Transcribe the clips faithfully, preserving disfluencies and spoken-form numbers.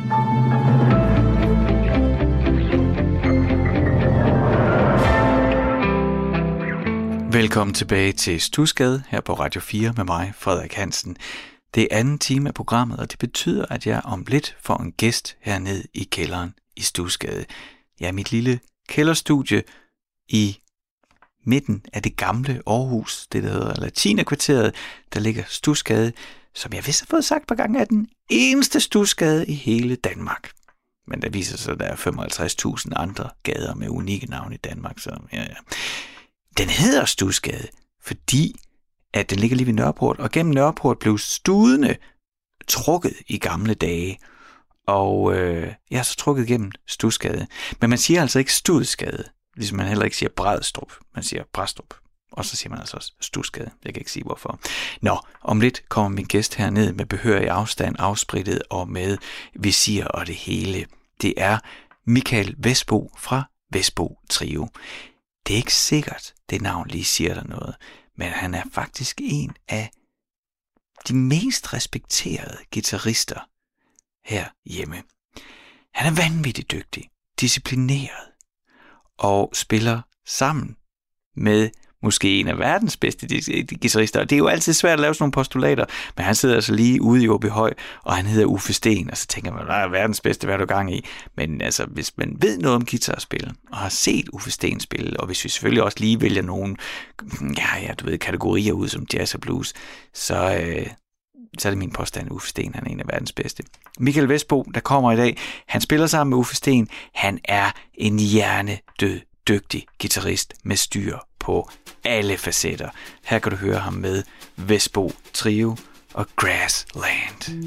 Velkommen tilbage til Studsgade her på Radio fire med mig, Frederik Hansen. Det er anden time af programmet, og det betyder, at jeg om lidt får en gæst herned i kælderen i Studsgade. Jeg er mit lille kælderstudie i midten af det gamle Aarhus, det der hedder Latinekvarteret, der ligger Studsgade, som jeg vist har fået sagt på gange, er den eneste Studsgade i hele Danmark. Men der viser sig, at der er femoghalvtreds tusind andre gader med unikke navne i Danmark, så ja, ja. Den hedder Studsgade, fordi at den ligger lige ved Nørreport, og gennem Nørreport blev studene trukket i gamle dage, og øh, jeg er så trukket gennem Studsgade. Men man siger altså ikke Studsgade, ligesom man heller ikke siger Brædstrup, man siger Brædstrup, og så siger man altså også Studsgade. Jeg kan ikke sige hvorfor. Nå, om lidt kommer min gæst herned med behørig afstand, afsprittet og med visir og det hele. Det er Michael Vesbo fra Vesbo Trio. Det er ikke sikkert, det navn lige siger der noget, men han er faktisk en af de mest respekterede guitarister herhjemme. Han er vanvittigt dygtig, disciplineret og spiller sammen med måske en af verdens bedste guitarister. Det er jo altid svært at lave sådan nogle postulater, men han sidder altså lige ude i Åbyhøj, og han hedder Uffe Sten, og så tænker man, hvad er verdens bedste, hvad er du gang i? Men altså, hvis man ved noget om guitarspil, og har set Uffe Sten spille, og hvis vi selvfølgelig også lige vælger nogle, ja, ja, du ved, kategorier ud som jazz og blues, så, øh, så er det min påstand, Uffe Sten, han er en af verdens bedste. Michael Vesbo, der kommer i dag, han spiller sammen med Uffe Sten, han er en hjernedød dygtig guitarist med styr på alle facetter. Her kan du høre ham med Vesbo Trio og Grassland.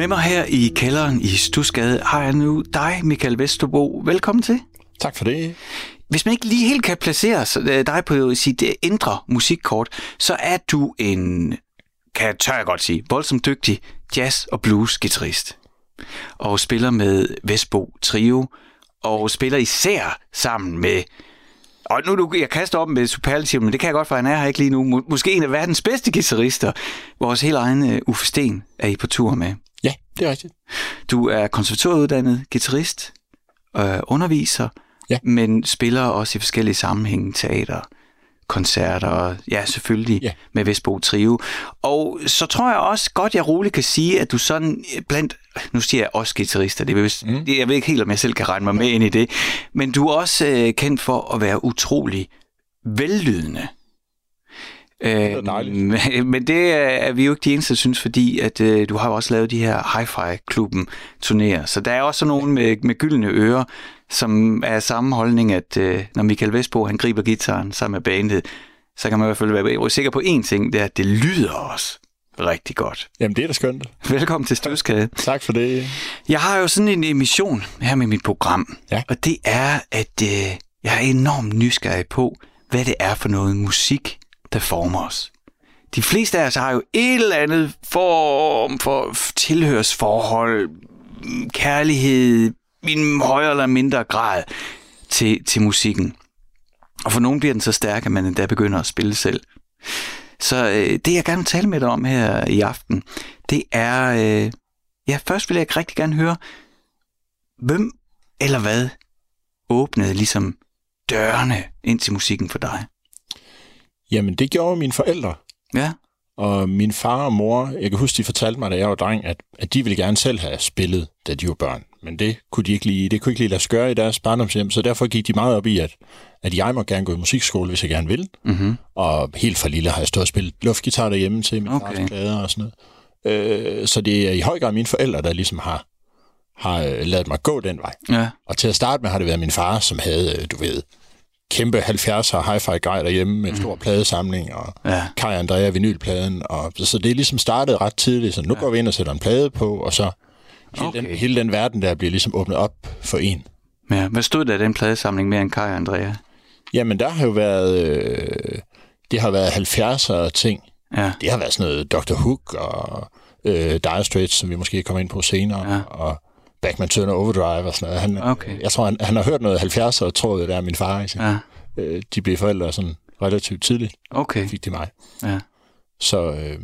Med mig her i kælderen i Studsgade har jeg nu dig, Michael Vesterbro. Velkommen til. Tak for det. Hvis man ikke lige helt kan placere dig på sit indre musikkort, så er du en, kan jeg tør jeg godt sige, voldsomt dygtig jazz- og blues-guitarist. Og spiller med Vestbo Trio, og spiller især sammen med, og nu du, jeg kaster op med superlativ, men det kan jeg godt, for han er her ikke lige nu, måske en af verdens bedste guitarister. Vores helt egen uh, Uffe Sten er I på tur med. Ja, det er rigtigt. Du er konservatorieuddannet guitarist, øh, underviser, ja. Men spiller også i forskellige sammenhænge, teater, koncerter, og ja, selvfølgelig ja. Med Vestbo Trio. Og så tror jeg også godt, jeg roligt kan sige, at du sådan blandt, nu siger jeg også guitarister, det vil, mm. jeg ved ikke helt, om jeg selv kan regne mig med ind i det, men du er også øh, kendt for at være utrolig vellydende. Det er dejligt. Men det er vi jo ikke de eneste, der synes, fordi at øh, du har jo også lavet de her Hi-Fi-klubben turnéer. Så der er også nogen med, med gyldne ører, som er samme holdning, at øh, når Michael Vestbo, han griber gitaren sammen med bandet, så kan man i hvert fald være sikker på én ting, det er, at det lyder også rigtig godt. Jamen, det er da skønt. Velkommen til Studsgade. Tak for det. Jeg har jo sådan en emission her med mit program, ja. Og det er, at øh, jeg er enormt nysgerrig på, hvad det er for noget musik, der former os. De fleste af os har jo et eller andet form for tilhørsforhold, kærlighed, i en højere eller mindre grad til, til musikken. Og for nogen bliver den så stærk, at man endda begynder at spille selv. Så øh, det, jeg gerne vil tale med dig om her i aften, det er, øh, ja, først vil jeg rigtig gerne høre, hvem eller hvad åbnede ligesom dørene ind til musikken for dig? Jamen, det gjorde mine forældre. Ja. Og min far og mor, jeg kan huske, de fortalte mig, da jeg var dreng, at, at de ville gerne selv have spillet, da de var børn. Men det kunne de ikke lige, det kunne ikke lige lade skøre i deres barndomshjem, så derfor gik de meget op i, at, at jeg må gerne gå i musikskole, hvis jeg gerne vil. Mm-hmm. Og helt fra lille har jeg stået og spillet luftgitar derhjemme til min okay. fars plader og sådan noget. Øh, så det er i høj grad mine forældre, der ligesom har, har ladet mig gå den vej. Ja. Og til at starte med har det været min far, som havde, du ved, kæmpe halvfjerdser hi-fi-grej derhjemme med en stor mm. pladesamling, og ja. Kai Andrea vinylpladen. Og, så det er ligesom startet ret tidligt, så nu ja. Går vi ind og sætter en plade på, og så hele, okay. den, hele den verden der bliver ligesom åbnet op for en. Ja, hvad stod der i den pladesamling mere end Kai Andrea? Jamen, der har jo været, øh, det har været halvfjerdser ting. Ja. Det har været sådan noget doktor Hook og øh, Dire Straits, som vi måske kommer ind på senere, ja. Og Bachman Turner Overdrive og sådan noget. Han, okay. Jeg tror, han, han har hørt noget halvfjerdser, tror jeg, der er min far. Ikke? Ja. Øh, de blev forældre sådan relativt tidligt. Okay. Fik de mig. Ja. Så, øh...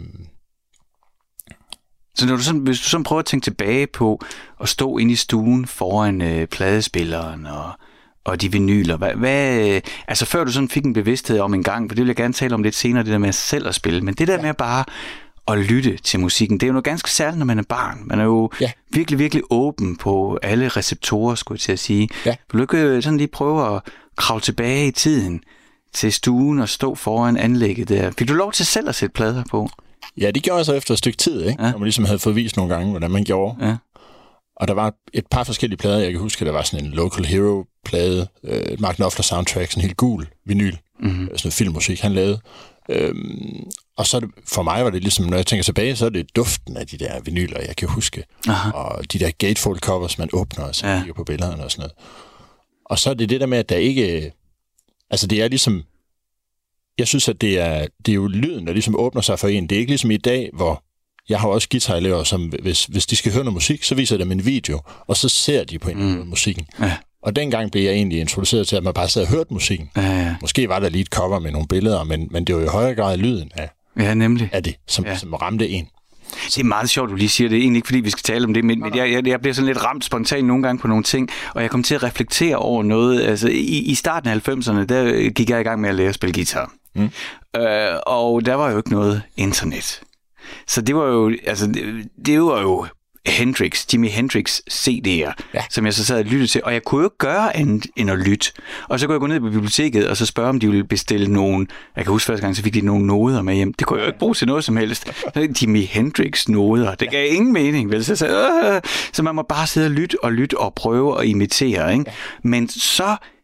så når du sådan, hvis du sådan prøver at tænke tilbage på at stå inde i stuen foran øh, pladespilleren og, og de vinyler, hvad, hvad, øh, altså før du sådan fik en bevidsthed om en gang, for det vil jeg gerne tale om lidt senere, det der med selv at spille, men det der ja. Med bare at lytte til musikken, det er jo noget ganske særligt, når man er barn. Man er jo ja. virkelig, virkelig åben på alle receptorer, skulle jeg til at sige. Ja. Vil du ikke sådan lige prøve at kravle tilbage i tiden til stuen og stå foran anlægget der? Fik du lov til selv at sætte plader på? Ja, det gjorde jeg så efter et stykke tid, ikke? Ja. Når man ligesom havde fået vist nogle gange, hvordan man gjorde. Ja. Og der var et par forskellige plader. Jeg kan huske, at der var sådan en Local Hero-plade, et Mark Knopfler soundtrack, sådan en helt gul vinyl, mm-hmm. sådan noget filmmusik, han lavede. Øhm, og så det, for mig var det ligesom, når jeg tænker tilbage, så er det duften af de der vinyler, jeg kan huske. Aha. Og de der gatefold covers, man åbner og så ja. Kigger på billederne og sådan noget. Og så er det det der med, at der ikke... Altså det er ligesom... Jeg synes, at det er, det er jo lyden, der ligesom åbner sig for en. Det er ikke ligesom i dag, hvor jeg har også guitarelever, som hvis, hvis de skal høre noget musik, så viser jeg dem en video, og så ser de på en mm. musikken. Ja. Og dengang blev jeg egentlig introduceret til, at man bare sad og hørte musikken. Ja, ja. Måske var der lige et cover med nogle billeder, men, men det var jo i højere grad lyden af, ja, nemlig. af det, som, ja. Som ramte en. Det er meget sjovt, du lige siger det. Egentlig ikke, fordi vi skal tale om det, men, men jeg, jeg, jeg bliver sådan lidt ramt spontant nogle gange på nogle ting, og jeg kom til at reflektere over noget. Altså, i, i starten af halvfemserne, der gik jeg i gang med at lære at spille guitar. Mm. Øh, og der var jo ikke noget internet. Så det var jo, altså, det, det var jo Hendrix, Jimi Hendrix C D'er, ja. Som jeg så sad og lyttede til, og jeg kunne jo ikke gøre andet end at lytte. Og så kunne jeg gå ned på biblioteket, og så spørge, om de ville bestille nogle, jeg kan huske første gang, så fik de nogle noder med hjem. Det kunne jeg jo ikke bruge til noget som helst. Jimi Hendrix noder, det gav ingen mening, vel? Så, så, øh, så man må bare sidde og lytte og lytte og prøve at imitere, ikke? Ja. Men så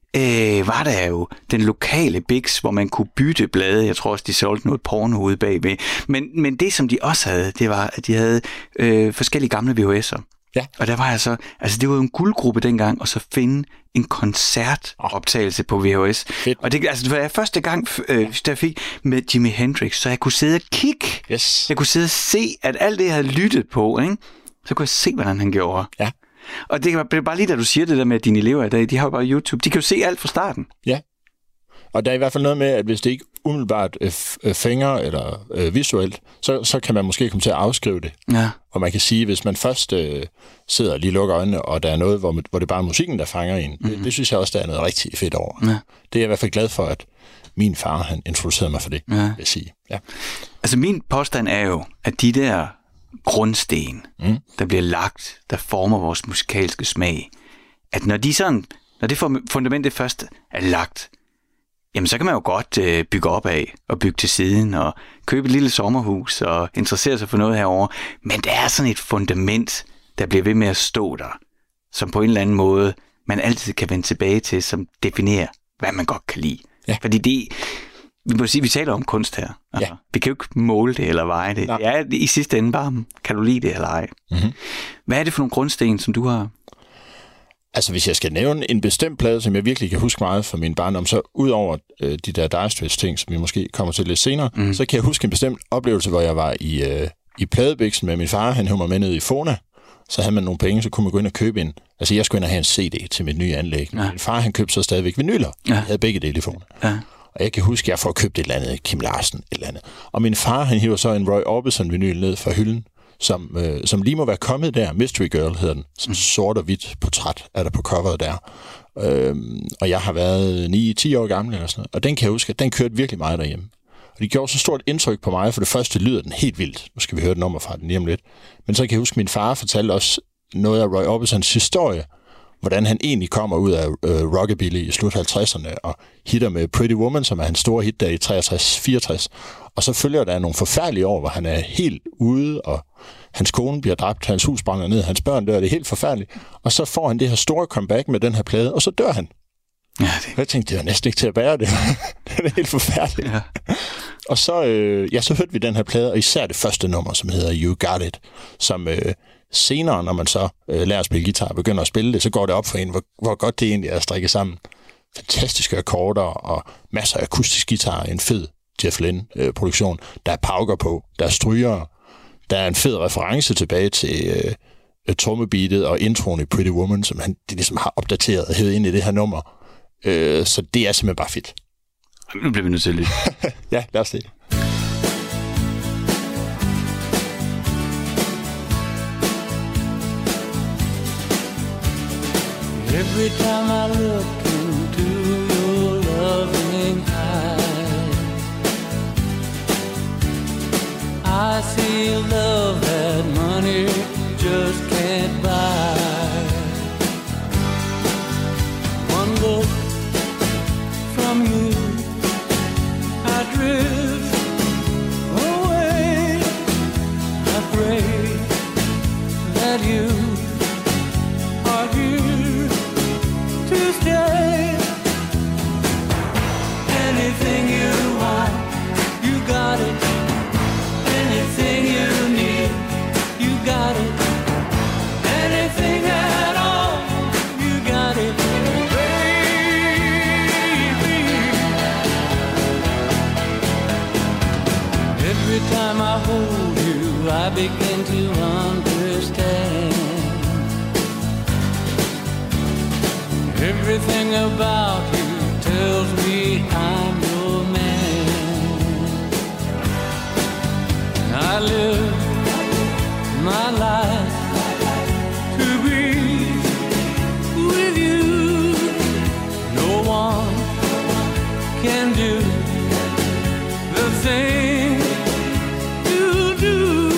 øh, var der jo den lokale Bix, hvor man kunne bytte blade. Jeg tror også, de solgte noget porno ude bagved. Men, men det, som de også havde, det var, at de havde øh, forskellige gamle V H S'er. Ja. Og der var altså, altså det var jo en guldgruppe dengang, og så finde en koncertoptagelse på V H S. Fedt. Og det, altså, det var første gang, øh, der jeg fik med Jimi Hendrix, så jeg kunne sidde og kigge. Yes. Jeg kunne sidde og se, at alt det, jeg havde lyttet på, ikke? Så kunne jeg se, hvordan han gjorde. Ja. Og det er bare lige, da du siger det der med, at dine elever i dag, de har jo bare YouTube. De kan jo se alt fra starten. Ja. Og der er i hvert fald noget med, at hvis det ikke umiddelbart øh, fænger eller øh, visuelt, så, så kan man måske komme til at afskrive det. Ja. Og man kan sige, hvis man først øh, sidder og lige lukker øjnene, og der er noget, hvor, hvor det bare er musikken, der fanger en, mm-hmm. det, det synes jeg også, der er noget rigtig fedt over. Ja. Det er jeg i hvert fald glad for, at min far, han introducerede mig for det, ja. vil jeg sige. Ja. Altså min påstand er jo, at de der grundsten, mm. der bliver lagt, der former vores musikalske smag, at når de sådan, når det fundament først er lagt, jamen så kan man jo godt øh, bygge op af og bygge til siden og købe et lille sommerhus og interessere sig for noget herover. Men der er sådan et fundament, der bliver ved med at stå der, som på en eller anden måde man altid kan vende tilbage til, som definerer, hvad man godt kan lide. Ja. Fordi det, vi må sige, vi taler om kunst her. Altså, ja. Vi kan jo ikke måle det eller veje det. Nej. Det er i sidste ende bare, kan du lide det eller ej? Mm-hmm. Hvad er det for nogle grundsten, som du har? Altså, hvis jeg skal nævne en bestemt plade, som jeg virkelig kan huske meget fra min barndom, så ud over øh, de der Dire Straits-ting, som vi måske kommer til lidt senere, mm. så kan jeg huske en bestemt oplevelse, hvor jeg var i, øh, i pladebiksen med min far. Han hævde mig med ned i Fona. Så havde man nogle penge, så kunne man gå ind og købe en. Altså, jeg skulle ind og have en C D til mit nye anlæg. Ja. Min far, han købte så stadigvæk vinyler. Ja. Jeg havde begge dele i Fona. Ja. Og jeg kan huske, at jeg får købt et eller andet, Kim Larsen, et eller andet. Og min far, han hiver så en Roy Orbison-vinyl ned fra hylden, som, øh, som lige må være kommet der. Mystery Girl hedder den. Som sort og hvidt portræt er der på coveret der. Øhm, og jeg har været ni til ti år gammel eller sådan noget. Og den kan jeg huske, at den kørte virkelig meget derhjemme. Og det gjorde så stort indtryk på mig, for det første lyder den helt vildt. Nu skal vi høre et nummer fra den lige om lidt. Men så kan jeg huske, at min far fortalte også noget af Roy Orbisons historie, hvordan han egentlig kommer ud af øh, rockabilly i slut halvtredserne og hitter med Pretty Woman, som er hans store hit der i treogtres fireogtres. Og så følger der nogle forfærdelige år, hvor han er helt ude, og hans kone bliver dræbt, hans hus brænder ned, hans børn dør, det er helt forfærdeligt. Og så får han det her store comeback med den her plade, og så dør han. Ja, det... Jeg tænkte, det var næsten ikke til at bære det. Det er helt forfærdeligt. Ja. Og så, øh, ja, så hørte vi den her plade, og især det første nummer, som hedder You Got It, som øh, senere, når man så øh, lærer at spille guitar og begynder at spille det, så går det op for en, hvor, hvor godt det egentlig er at strikke sammen. Fantastiske akkorder og masser af akustisk guitar, en fed Jeff Lynne-produktion. Øh, der er pauker på, der er strygere, der er en fed reference tilbage til øh, trommebeatet og introen i Pretty Woman, som han de ligesom har opdateret og hævet ind i det her nummer. Øh, så det er simpelthen bare fedt. Nu bliver vi nødt til lidt. Ja, lad os det. Every time I look into your loving eyes, I see love that money just can't buy. One look from you, I drift away. I pray that you are here to stay. Anything you want, you got it. Anything you need, you got it. Anything at all, you got it, baby. Every time I hold you, I begin to understand. Everything about you tells me I'm your man. I live my life to be with you. No one can do the thing you do.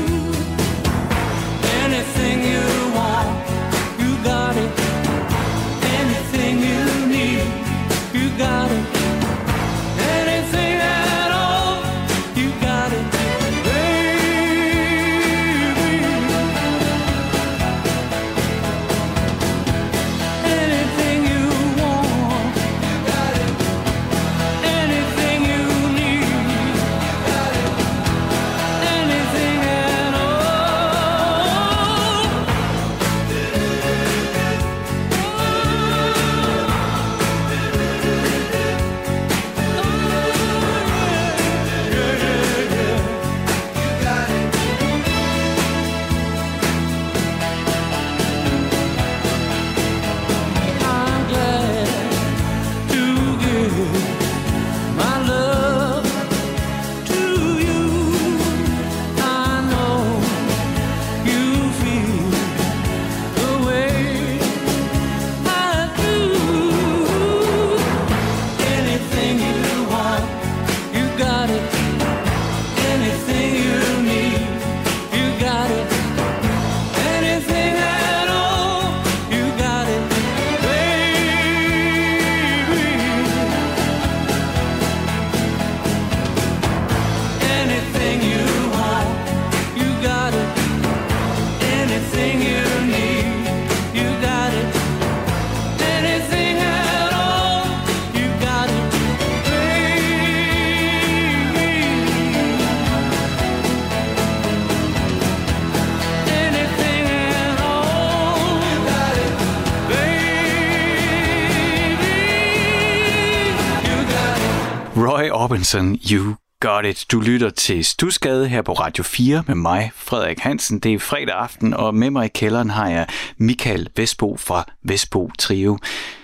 Anything you want, you got it. Anything you need, you got it. Anything at all, you got it, baby. Anything you want, Roy Orbison, You Got It. Du lytter til Studsgade her på Radio fire med mig, Frederik Hansen. Det er fredag aften, og med mig i kælderen har jeg Michael Vestbo fra Vestbo Trio.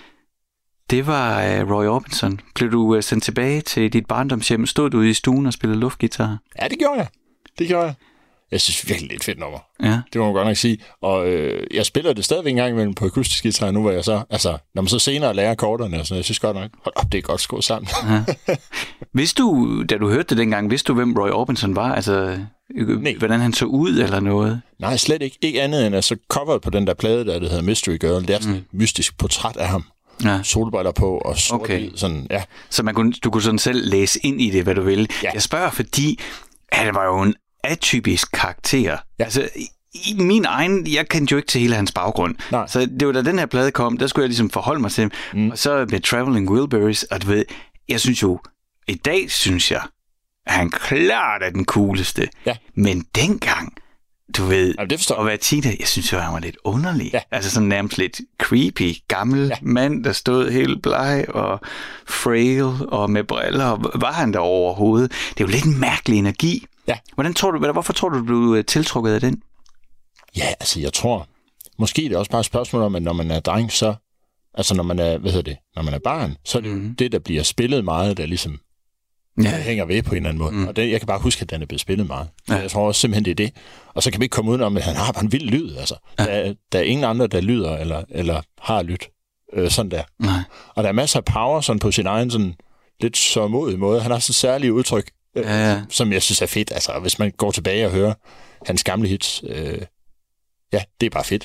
Det var uh, Roy Orbison. Blev du uh, sendt tilbage til dit barndomshjem? Stod du ude i stuen og spillede luftgitar? Ja, det gjorde jeg. Det gjorde jeg. Jeg synes virkelig, det er et fedt nummer. Ja. Det må man godt nok sige. Og øh, jeg spiller det stadigvæk en gang imellem på akustisk guitar, nu hvor jeg så, altså, når man så senere lærer akkorderne og sådan noget, jeg synes godt nok, hold op, det er godt skruet sammen. Ja. Vidste du, da du hørte det dengang, vidste du, hvem Roy Orbison var? Altså, Nej. Hvordan han så ud eller noget? Nej, slet ikke. Ikke andet end, at så coveret på den der plade, der det hedder Mystery Girl, det er sådan mm. et mystisk portræt af ham. Ja. Solbriller på og sort okay. sådan, ja. Så man kunne, du kunne sådan selv læse ind i det, hvad du ville. Ja. Jeg spørger, fordi ja, det var jo en atypisk karakter. Ja. Altså, i, i min egen, jeg kendte jo ikke til hele hans baggrund. Nej. Så det var da den her plade kom, der skulle jeg ligesom forholde mig til. Mm. Og så med Traveling Wilburys, og du ved, jeg synes jo, i dag synes jeg, at han klart er den cooleste. Ja. Men dengang, du ved, ja, at være teenager, jeg synes jo, han var lidt underlig. Ja. Altså sådan nærmest lidt creepy, gammel ja. mand, der stod helt bleg og frail og med briller. Var han der overhovedet? Det er jo lidt en mærkelig energi. Ja. Hvordan tror du, hvorfor tror du, du blev tiltrukket af den? Ja, altså jeg tror, måske det er også bare et spørgsmål om, at når man er dreng, så, altså når man er, hvad hedder det, når man er barn, så er det mm. det, der bliver spillet meget, der ligesom ja. hænger ved på en eller anden måde. Mm. Og det, jeg kan bare huske, at den er blevet spillet meget. Ja. Jeg tror også simpelthen, det er det. Og så kan vi ikke komme udenom, at han har bare en vild lyd. Altså. Ja. Der, der er ingen andre, der lyder eller, eller har lyt. Øh, sådan der. Nej. Og der er masser af power sådan på sin egen sådan lidt så modig måde. Han har sådan et særligt udtryk, øh, ja, ja. som jeg synes er fedt. Altså, hvis man går tilbage og hører hans gamle hits, øh, ja, det er bare fedt.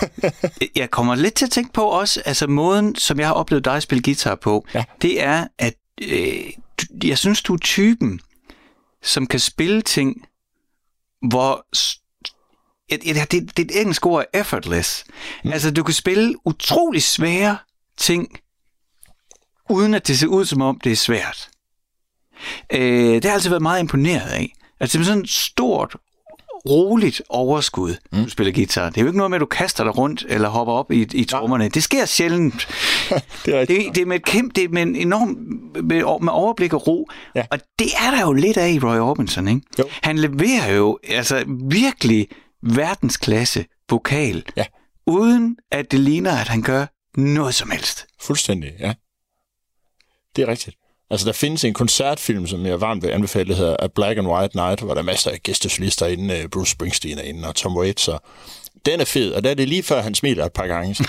Jeg kommer lidt til at tænke på også, altså måden, som jeg har oplevet dig spille guitar på, ja. det er, at øh, jeg synes, du er typen, som kan spille ting, hvor det, det, det er et engelsk ord, effortless. Mm. Altså, du kan spille utrolig svære ting, uden at det ser ud, som om det er svært. Øh, det har altid været meget imponeret af. Altså, det er sådan et stort, roligt overskud, mm. du spiller guitar. Det er jo ikke noget med, at du kaster dig rundt eller hopper op i, i trommerne. Det sker sjældent. det, er det, det er med et kæmpe, det er med en enorm med, med overblik og ro. Ja. Og det er der jo lidt af i Roy Orbison, ikke? Jo. Han leverer jo altså virkelig verdensklasse vokal, ja. uden at det ligner, at han gør noget som helst. Fuldstændig, ja. Det er rigtigt. Altså, der findes en koncertfilm, som jeg varmt vil anbefale, der hedder A Black and White Night, hvor der er masser af gæstesolister inde, Bruce Springsteen er inde, og Tom Waits, og den er fed, og der er det lige før, han smiler et par gange.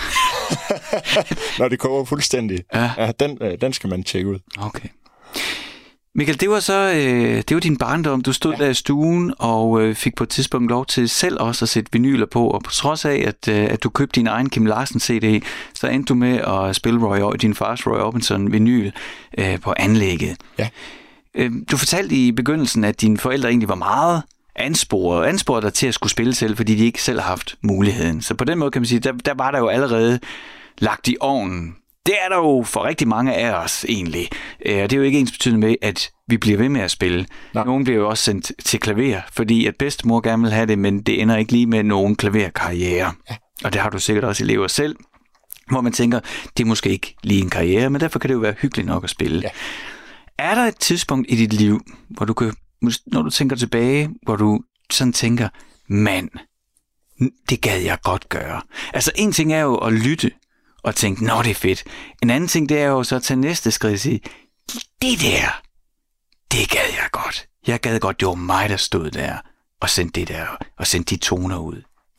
Når det kommer fuldstændig. Ja. Ja, den, den skal man tjekke ud. Okay. Michael, det var så øh, det var din barndom. Du stod ja. der i stuen og øh, fik på et tidspunkt lov til selv også at sætte vinyler på, og på trods af, at, øh, at du købte din egen Kim Larsen C D, så endte du med at spille Roy, din fars Roy Orbison vinyl øh, på anlægget. Ja. Øh, du fortalte i begyndelsen, at dine forældre egentlig var meget ansporet, ansporet dig til at skulle spille selv, fordi de ikke selv har haft muligheden. Så på den måde kan man sige, der, der var der jo allerede lagt i ovnen. Det er der jo for rigtig mange af os egentlig. Og det er jo ikke ensbetydende med, at vi bliver ved med at spille. Nej. Nogen bliver jo også sendt til klaver, fordi at bedstemor gerne vil have det, men det ender ikke lige med nogen klaverkarriere. Ja. Og det har du sikkert også elever selv, hvor man tænker, det er måske ikke lige en karriere, men derfor kan det jo være hyggeligt nok at spille. Ja. Er der et tidspunkt i dit liv, hvor du kan, når du tænker tilbage, hvor du sådan tænker, mand, det gad jeg godt gøre. Altså en ting er jo at lytte, og tænke, nå, det er fedt. En anden ting, det er jo så at tage næste skridt og sige, det der, det gad jeg godt. Jeg gad godt, det var mig, der stod der og sendte det der, og sendte de toner ud.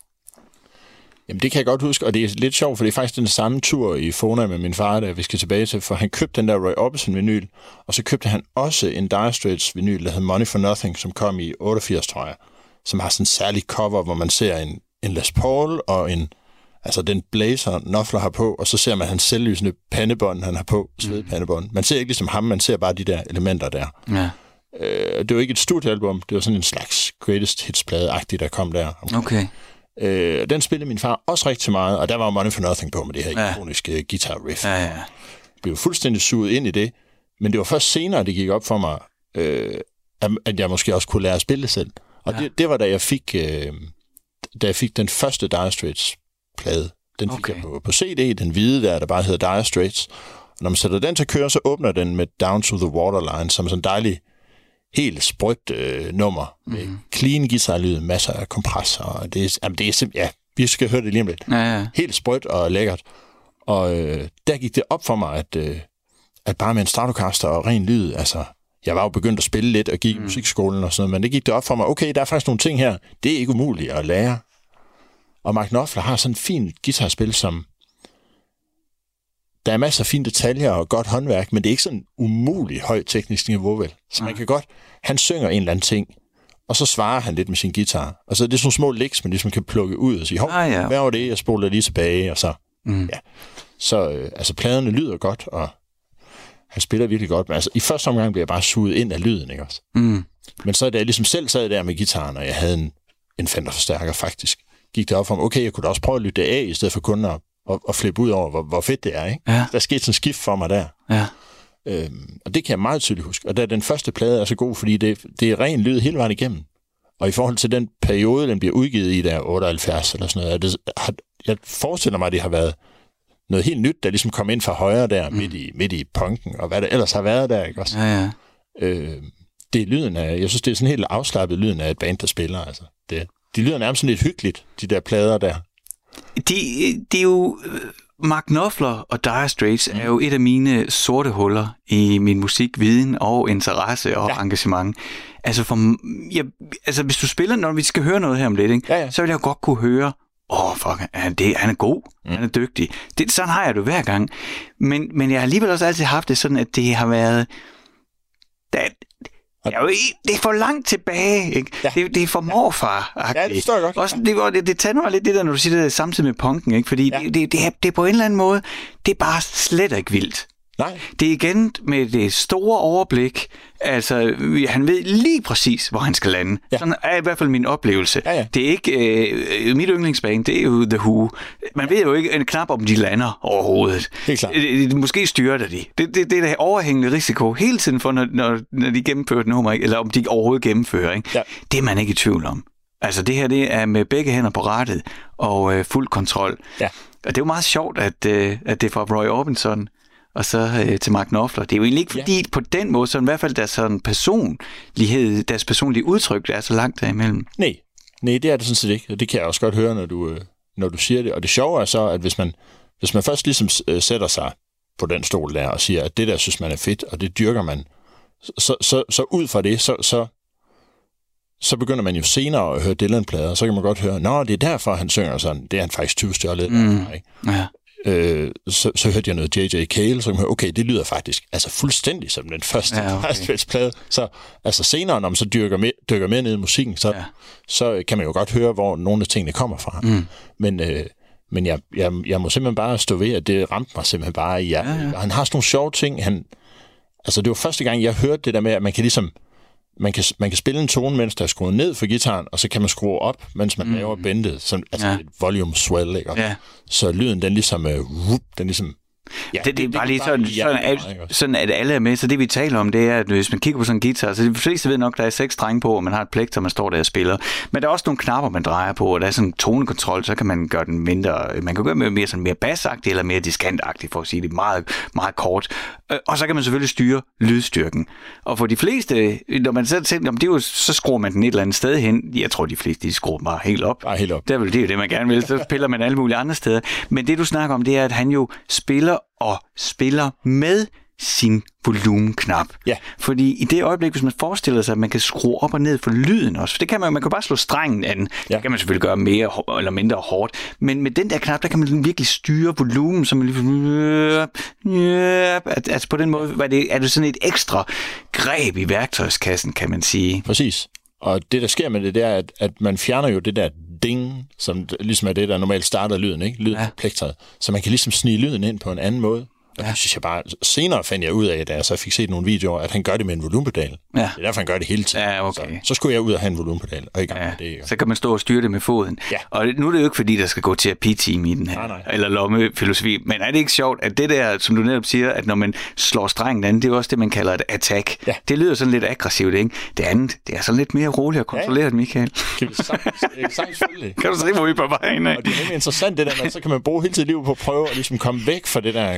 Jamen, det kan jeg godt huske, og det er lidt sjovt, for det er faktisk den samme tur i Fona med min far, der vi skal tilbage til, for han købte den der Roy Orbison-vinyl, og så købte han også en Dire Straits-vinyl, der hed Money for Nothing, som kom i otteogfirs, tror jeg, som har sådan en særlig cover, hvor man ser en, en Les Paul og en altså den blazer, Knopfler har på, og så ser man hans selvlysende pandebånd, han har på, svedpandebånd. Man ser ikke ligesom ham, man ser bare de der elementer der. Ja. Øh, det var ikke et studiealbum, det var sådan en slags greatest hits-plade-agtigt, der kom der. Okay. Øh, den spillede min far også rigtig meget, og der var Money for Nothing på med det her ja. ikoniske guitar riff. Ja, ja. Jeg blev fuldstændig suget ind i det, men det var først senere, det gik op for mig, øh, at jeg måske også kunne lære at spille selv. Og ja. det, det var da jeg fik, øh, da jeg fik den første Dire Straits plade. Den fik okay. jeg på, på C D, den hvide der, der bare hedder Dire Straits. Og når man sætter den til at køre, så åbner den med Down to the Waterline, som sådan en dejlig, helt sprødt øh, nummer. Mm. Med clean guitarlyd, masser af kompressorer. Det er, jamen, det er simpelthen, ja, vi skal høre det lige om lidt. Ja, ja. Helt sprødt og lækkert. Og øh, der gik det op for mig, at, øh, at bare med en Stratocaster og ren lyd, altså, jeg var jo begyndt at spille lidt og gik i mm. musikskolen og sådan noget, men det gik det op for mig, okay, der er faktisk nogle ting her, det er ikke umuligt at lære. Og Mark Knopfler har sådan en fin guitarspil, som der er masser af fine detaljer og godt håndværk, men det er ikke sådan umuligt højt teknisk niveau, vel? Så man kan godt, han synger en eller anden ting, og så svarer han lidt med sin guitar. Og så er det sådan små licks, man ligesom kan plukke ud og sige, hov, ah, ja. Hvad var det? Jeg spoler lige tilbage, og så, mm. ja. Så, øh, altså, pladerne lyder godt, og han spiller virkelig godt, men altså, i første omgang bliver jeg bare suget ind af lyden, ikke også? Mm. Men så da jeg ligesom selv sad der med guitaren, og jeg havde en, en Fender-forstærker faktisk, gik det op for mig, okay, jeg kunne da også prøve at lytte det af, i stedet for kun at, at, at flippe ud over, hvor, hvor fedt det er, ikke? Ja. Der skete sådan en skift for mig der. Ja. Øhm, og det kan jeg meget tydeligt huske. Og der den første plade er så god, fordi det, det er ren lyd hele vejen igennem. Og i forhold til den periode, den bliver udgivet i, der otteoghalvfjerds eller sådan noget, det, har, jeg forestiller mig, at det har været noget helt nyt, der ligesom kom ind fra højre der, mm. midt, i, midt i punken, og hvad der ellers har været der, ikke også? Ja, ja. Øh, det er lyden af, jeg synes, det er sådan helt afslappet lyden af et band, der spiller, altså. Det, de lyder nærmest sådan lidt hyggeligt, de der plader der. De, de er jo... Mark Knopfler og Dire Straits mm. er jo et af mine sorte huller i min musikviden og interesse og ja. engagement. Altså, for, jeg, altså, hvis du spiller, når vi skal høre noget her om lidt, ikke, ja, ja. så vil jeg godt kunne høre, åh, oh, fuck, han, det, han er god, mm. han er dygtig. Det, sådan har jeg det hver gang. Men, men jeg har alligevel også altid haft det sådan, at det har været... Der, det er jo det er for langt tilbage, ikke? Ja. Det, det er for morfar-agtigt. Ja, det står godt. Også, det, det, det tager mig lidt det der, når du siger det samtidig med punken, ikke? Fordi ja. det, det, det, er, det er på en eller anden måde, det er bare slet ikke vildt. Nej. Det er igen med det store overblik, altså han ved lige præcis, hvor han skal lande. Ja. Sådan er i hvert fald min oplevelse. Ja, ja. Det er ikke øh, mit yndlingsband, det er jo The Who. Man ved jo ikke en knap, om de lander overhovedet. Helt klart. Det, måske styrter de. Det, det, det er der overhængende risiko hele tiden for, når, når, når de gennemfører et nummer, eller om de overhovedet gennemfører. Ikke? Ja. Det er man ikke i tvivl om. Altså det her, det er med begge hænder på rattet og øh, fuld kontrol. Ja. Og det er jo meget sjovt, at, øh, at det er fra Roy Orbison og så øh, til Mark Knopfler. Det er jo egentlig ikke fordi, ja. på den måde, så i hvert fald deres sådan personlighed, deres personlige udtryk, der er så langt derimellem. Nej, nej, det er det sådan set ikke. Og det kan jeg også godt høre, når du, øh, når du siger det. Og det sjove er så, at hvis man, hvis man først ligesom øh, sætter sig på den stol der og siger, at det der synes man er fedt, og det dyrker man, så, så, så ud fra det, så, så, så begynder man jo senere at høre Dylan-plader, så kan man godt høre, nå, det er derfor, han synger sådan. Det er han faktisk tyve stjålet. Mm. Ikke? Ja. Øh, så, så hørte jeg noget J J Cale, så kan man høre, okay, det lyder faktisk altså fuldstændig som den første ja, okay. plade. Så altså senere, når man så dyrker med, dykker med ned i musikken, så, ja. så kan man jo godt høre, hvor nogle af tingene kommer fra. Mm. Men, øh, men jeg, jeg, jeg må simpelthen bare stå ved, at det ramte mig simpelthen bare i hjertet. Ja, ja. Han har sådan nogle sjove ting. Han, altså det var første gang, jeg hørte det der med, at man kan ligesom Man kan, man kan spille en tone, mens der er skruet ned for gitaren, og så kan man skrue op, mens man mm. laver bendet, sådan, altså ja. et volume swell, ikke? Ja. Så lyden, den ligesom, uh, whoop, den ligesom... Ja, det, det, det er bare lige sådan, sådan, at, sådan, at alle er med, så det vi taler om, det er, at hvis man kigger på sådan en guitar, så de fleste ved nok, der er seks strenge på, og man har et plekter, man står der og spiller, men der er også nogle knapper, man drejer på, og der er sådan en tonekontrol, så kan man gøre den mindre, man kan gøre den mere, sådan mere bassagtig, eller mere diskantagtig, for at sige det meget, meget kort, og så kan man selvfølgelig styre lydstyrken, og for de fleste, når man så tænker, det er jo, så skruer man den et eller andet sted hen, jeg tror de fleste, de skruer bare helt op, bare helt op. Det er vel det, er det man gerne vil, så spiller man alle mulige andre steder, men det du snakker om, det er, at han jo spiller og spiller med sin volumenknap. Ja. Fordi i det øjeblik, hvis man forestiller sig, at man kan skrue op og ned for lyden også, for det kan man, man kan bare slå strengen an. Ja. Det kan man selvfølgelig gøre mere eller mindre hårdt, men med den der knap, der kan man virkelig styre volumen, så man lige... Altså på den måde er det, er det sådan et ekstra greb i værktøjskassen, kan man sige. Præcis. Og det, der sker med det, det er, at, at man fjerner jo det der ding, som ligesom er det, der normalt starter lyden, ikke? Lyden ja. plektret. Så man kan ligesom snige lyden ind på en anden måde. Og det synes jeg bare... Senere fandt jeg ud af, da jeg så fik set nogle videoer, at han gør det med en volumenpedal. Ja. Det er derfor, han gør det hele tiden. Ja, okay. så, så skulle jeg ud og have en volumenpedal, og i gang ja. med det. Og... Så kan man stå og styre det med foden. Ja. Og nu er det jo ikke, fordi der skal gå terapi-team i den her, nej, nej. eller lommefilosofi. Men er det ikke sjovt, at det der, som du netop siger, at når man slår strengen an, det er jo også det, man kalder et attack. Ja. Det lyder sådan lidt aggressivt, ikke? Det andet, det er sådan lidt mere roligt og kontrolleret, ja. Michael. Kan vi sagtens følge? Kan du se, hvor vi er på vejen af? Og det er nemlig interessant, det der, at så kan man bruge hele sit liv på at prøve at ligesom komme væk fra det der kontrolleret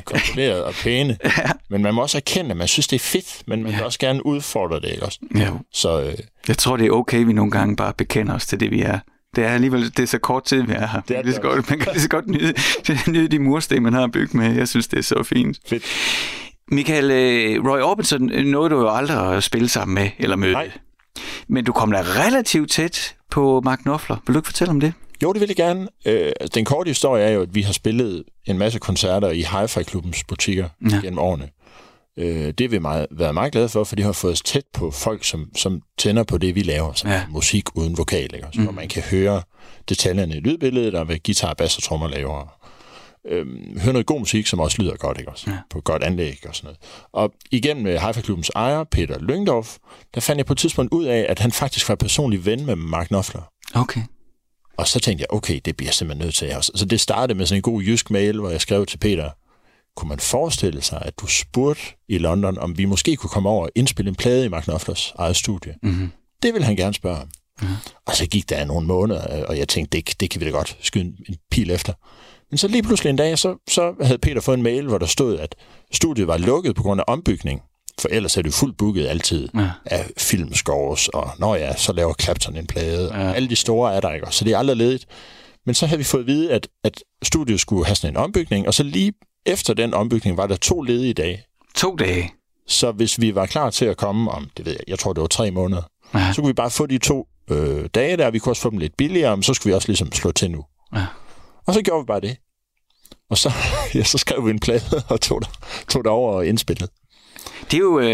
raffinerede og pæne. Ja. Men man må også erkende, at man synes, det er fedt, men man ja. vil også gerne udfordre det, ikke også? Ja. Så, øh, jeg tror, det er okay, vi nogle gange bare bekender os til det, vi er. Det er alligevel det er så kort tid, vi er her. Det er det så godt, man kan lige så godt nyde, nyde de mursten, man har bygget med. Jeg synes, det er så fint. Fedt. Michael, Roy Orbison nåede du jo aldrig at spille sammen med eller møde. Nej. Men du kom da relativt tæt på Mark Knopfler. Vil du ikke fortælle om det? Jo, det vil jeg gerne. Øh, den korte historie er jo, at vi har spillet en masse koncerter i Hi-Fi-klubbens butikker ja. gennem årene. Øh, det har vi meget, været meget glade for, for de har fået os tæt på folk, som, som tænder på det, vi laver, som ja. musik uden vokal, ikke? Så, mm. hvor man kan høre detaljerne i lydbilledet, og hvad guitar, bass og trommer laver. Øh, høre noget god musik, som også lyder godt, ikke? Også, ja. På godt anlæg og sådan noget. Og igennem Hi-Fi-klubbens ejer, Peter Lyngdorf, der fandt jeg på et tidspunkt ud af, at han faktisk var personlig ven med Mark Knopfler. Okay. Og så tænkte jeg, okay, det bliver jeg simpelthen nødt til. Så det startede med sådan en god jysk mail, hvor jeg skrev til Peter, kunne man forestille sig, at du spurgte i London, om vi måske kunne komme over og indspille en plade i Mark Knopflers eget studie? Mm-hmm. Det ville han gerne spørge om. Mm-hmm. Og så gik der nogle måneder, og jeg tænkte, det, det kan vi da godt skyde en pil efter. Men så lige pludselig en dag, så, så havde Peter fået en mail, hvor der stod, at studiet var lukket på grund af ombygning. For ellers er det fuldt booket altid ja. af filmscores, og når ja, så laver Clapton en plade. Ja. Alle de store er der ikke, så det er aldrig ledigt. Men så havde vi fået at vide, at, at studiet skulle have sådan en ombygning, og så lige efter den ombygning var der to ledige dage. To dage? Så hvis vi var klar til at komme om, det ved jeg, jeg tror det var tre måneder, ja. så kunne vi bare få de to øh, dage der, vi kunne også få dem lidt billigere, men så skulle vi også ligesom slå til nu. Ja. Og så gjorde vi bare det. Og så, ja, så skrev vi en plade og tog der, tog der over og indspillede. Det er jo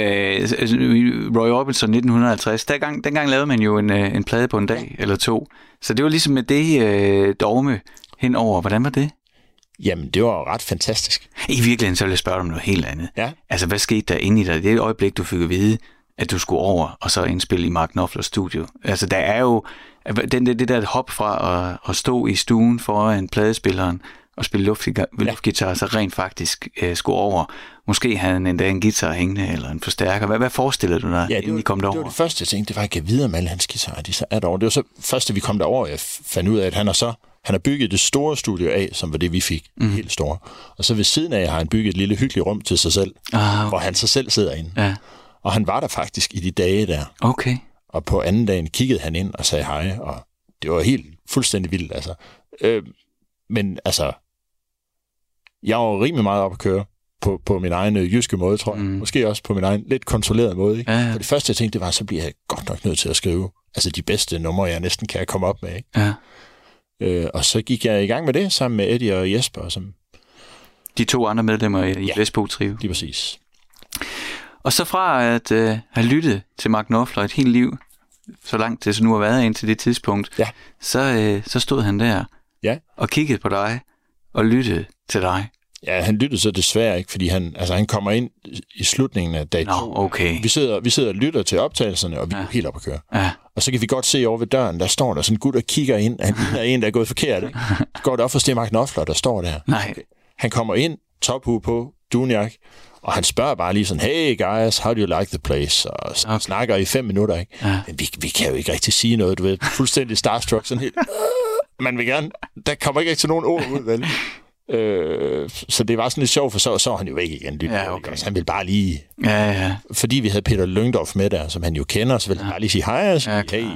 øh, Roy Orbison nitten halvtreds. Dengang, dengang lavede man jo en, øh, en plade på en dag eller to. Så det var ligesom med det øh, dogme henover. Hvordan var det? Jamen, det var ret fantastisk. I virkeligheden så vil jeg spørge dig om noget helt andet. Ja. Altså, hvad skete der inde i dig? Det er et øjeblik, du fik at vide, at du skulle over og så indspille i Mark Knopflers studio. Altså, der er jo den, det, det der hop fra at, at stå i stuen foran pladespilleren og spille luftgitar, ja. så rent faktisk øh, skulle over. Måske havde han endda en guitar hængende, eller en forstærker. Hvad, hvad forestillede du dig, ja, inden I kom derover? Det var det første, jeg tænkte, det var, at jeg videre med alle hans guitarer, de så er derovre. Det var så første, vi kom derover, jeg fandt ud af, at han har så han har bygget det store studio af, som var det, vi fik. Mm. Helt store. Og så ved siden af har han bygget et lille hyggeligt rum til sig selv, ah, okay. hvor han så selv sidder inde. Ja. Og han var der faktisk i de dage der. Okay. Og på anden dagen kiggede han ind og sagde hej, og det var helt fuldstændig vildt, altså. Øh, men altså, jeg var rimelig meget op at køre på, på min egen jyske måde, tror jeg. Mm. Måske også på min egen lidt kontrollerede måde. Ikke? Ja, ja. For det første, jeg tænkte, det var, så bliver jeg godt nok nødt til at skrive altså de bedste numre, jeg næsten kan komme op med. Ikke? Ja. Øh, og så gik jeg i gang med det, sammen med Eddie og Jesper. Som... De to andre medlemmer i ja, Vespo-trio. Lige præcis. Og så fra at øh, have lyttet til Mark Knopfler et helt liv, så langt det så nu har været indtil det tidspunkt, ja. så, øh, så stod han der ja. og kiggede på dig og lyttede til dig. Ja, han lyttede så desværre ikke, fordi han, altså, han kommer ind i slutningen af dag Nå, to. Okay. Vi sidder, vi sidder og lytter til optagelserne, og vi ja. er helt op at køre. Ja. Og så kan vi godt se over ved døren, der står der sådan en gut, der kigger ind. Han er en, der er gået forkert. Ikke? Så går det op for Sten Mark Knopfler, der står der. Nej. Okay. Han kommer ind, tophue på, dunjak, og han spørger bare lige sådan, hey guys, how do you like the place? Og okay. snakker i fem minutter, ikke? Ja. Men vi, vi kan jo ikke rigtig sige noget, du ved. Fuldstændig starstruck, sådan helt... Man vil gerne... Der kommer ikke rigtig nogen ord ud, vel? Øh, så det var sådan lidt sjovt, for så, så var han jo væk igen. Ja, okay. Så han ville bare lige... Ja, ja. Fordi vi havde Peter Lyngdorf med der, som han jo kender, så ville ja. han bare lige sige hej og sige ja, hey.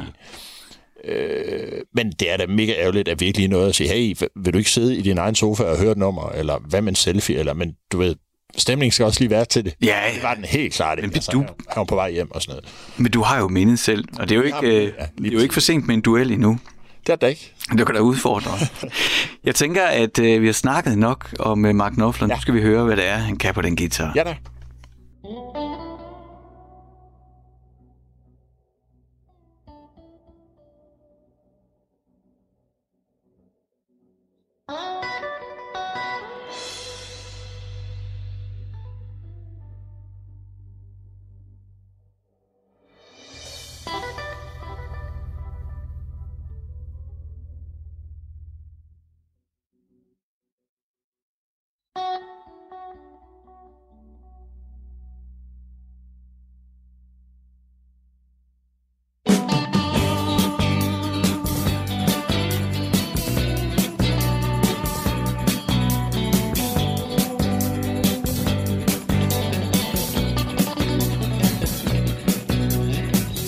Øh, men det er da mega ærgerligt, at virkelig noget at sige, hey, vil du ikke sidde i din egen sofa og høre et nummer, eller hvad med en selfie, eller, men du ved, stemningen skal også lige være til det. Ja, ja. Det var den helt klart. Men altså, du... han var på vej hjem og sådan noget. Men du har jo mindet selv, og det er jo ikke, ja, øh, det er jo ikke for sent med en duel endnu. Det er det ikke. Det kan da udfordre. Jeg tænker, at øh, vi har snakket nok om øh, Mark Knopfler. Ja. Nu skal vi høre, hvad det er, han kan på den guitar. Ja da.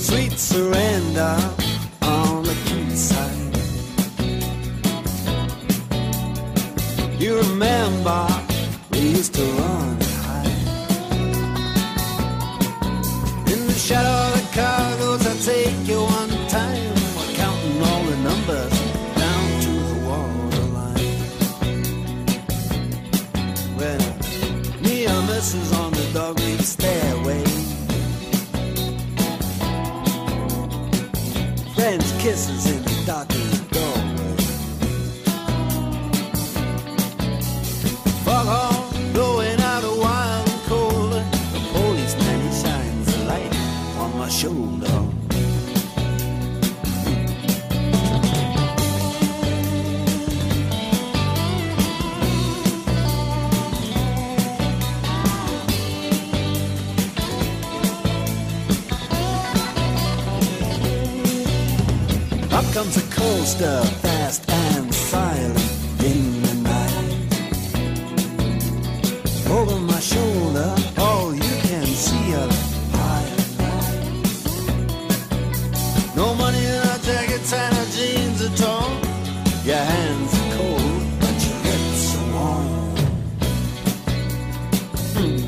Sweet surrender on the quayside. You remember we used to run and hide. In the shadow of the cargoes, I take you one time. We're counting all the numbers down to the waterline. When me and Missus on the dog-leaf stairway, friends' kisses in the darkened doorway. Foghorn blowing out a wild and cold. The policeman, he shines a light on my shoulder. Up comes a coaster, fast and silent in the night. Over my shoulder, all you can see are highlights. No money in our jackets and our jeans at all. Your hands are cold, but your lips are warm. Hmm.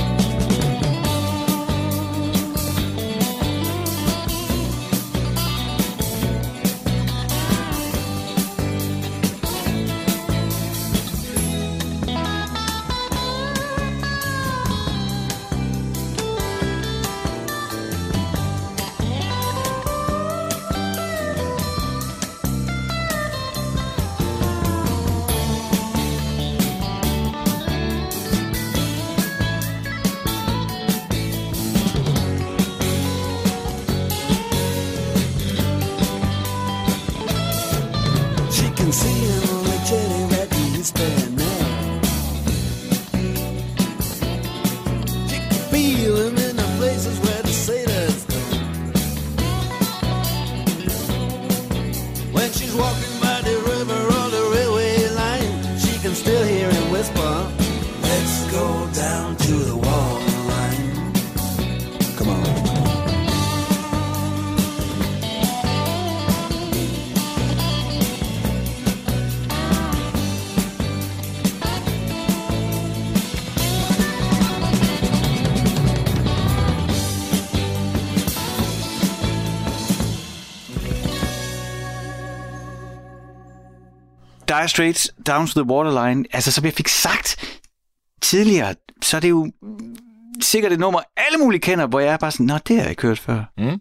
Dire Straits, Down to the Waterline. Altså, som jeg fik sagt tidligere, så er det jo sikkert et nummer, alle mulige kender, hvor jeg er bare sådan, nå, det har jeg ikke hørt før. Mm.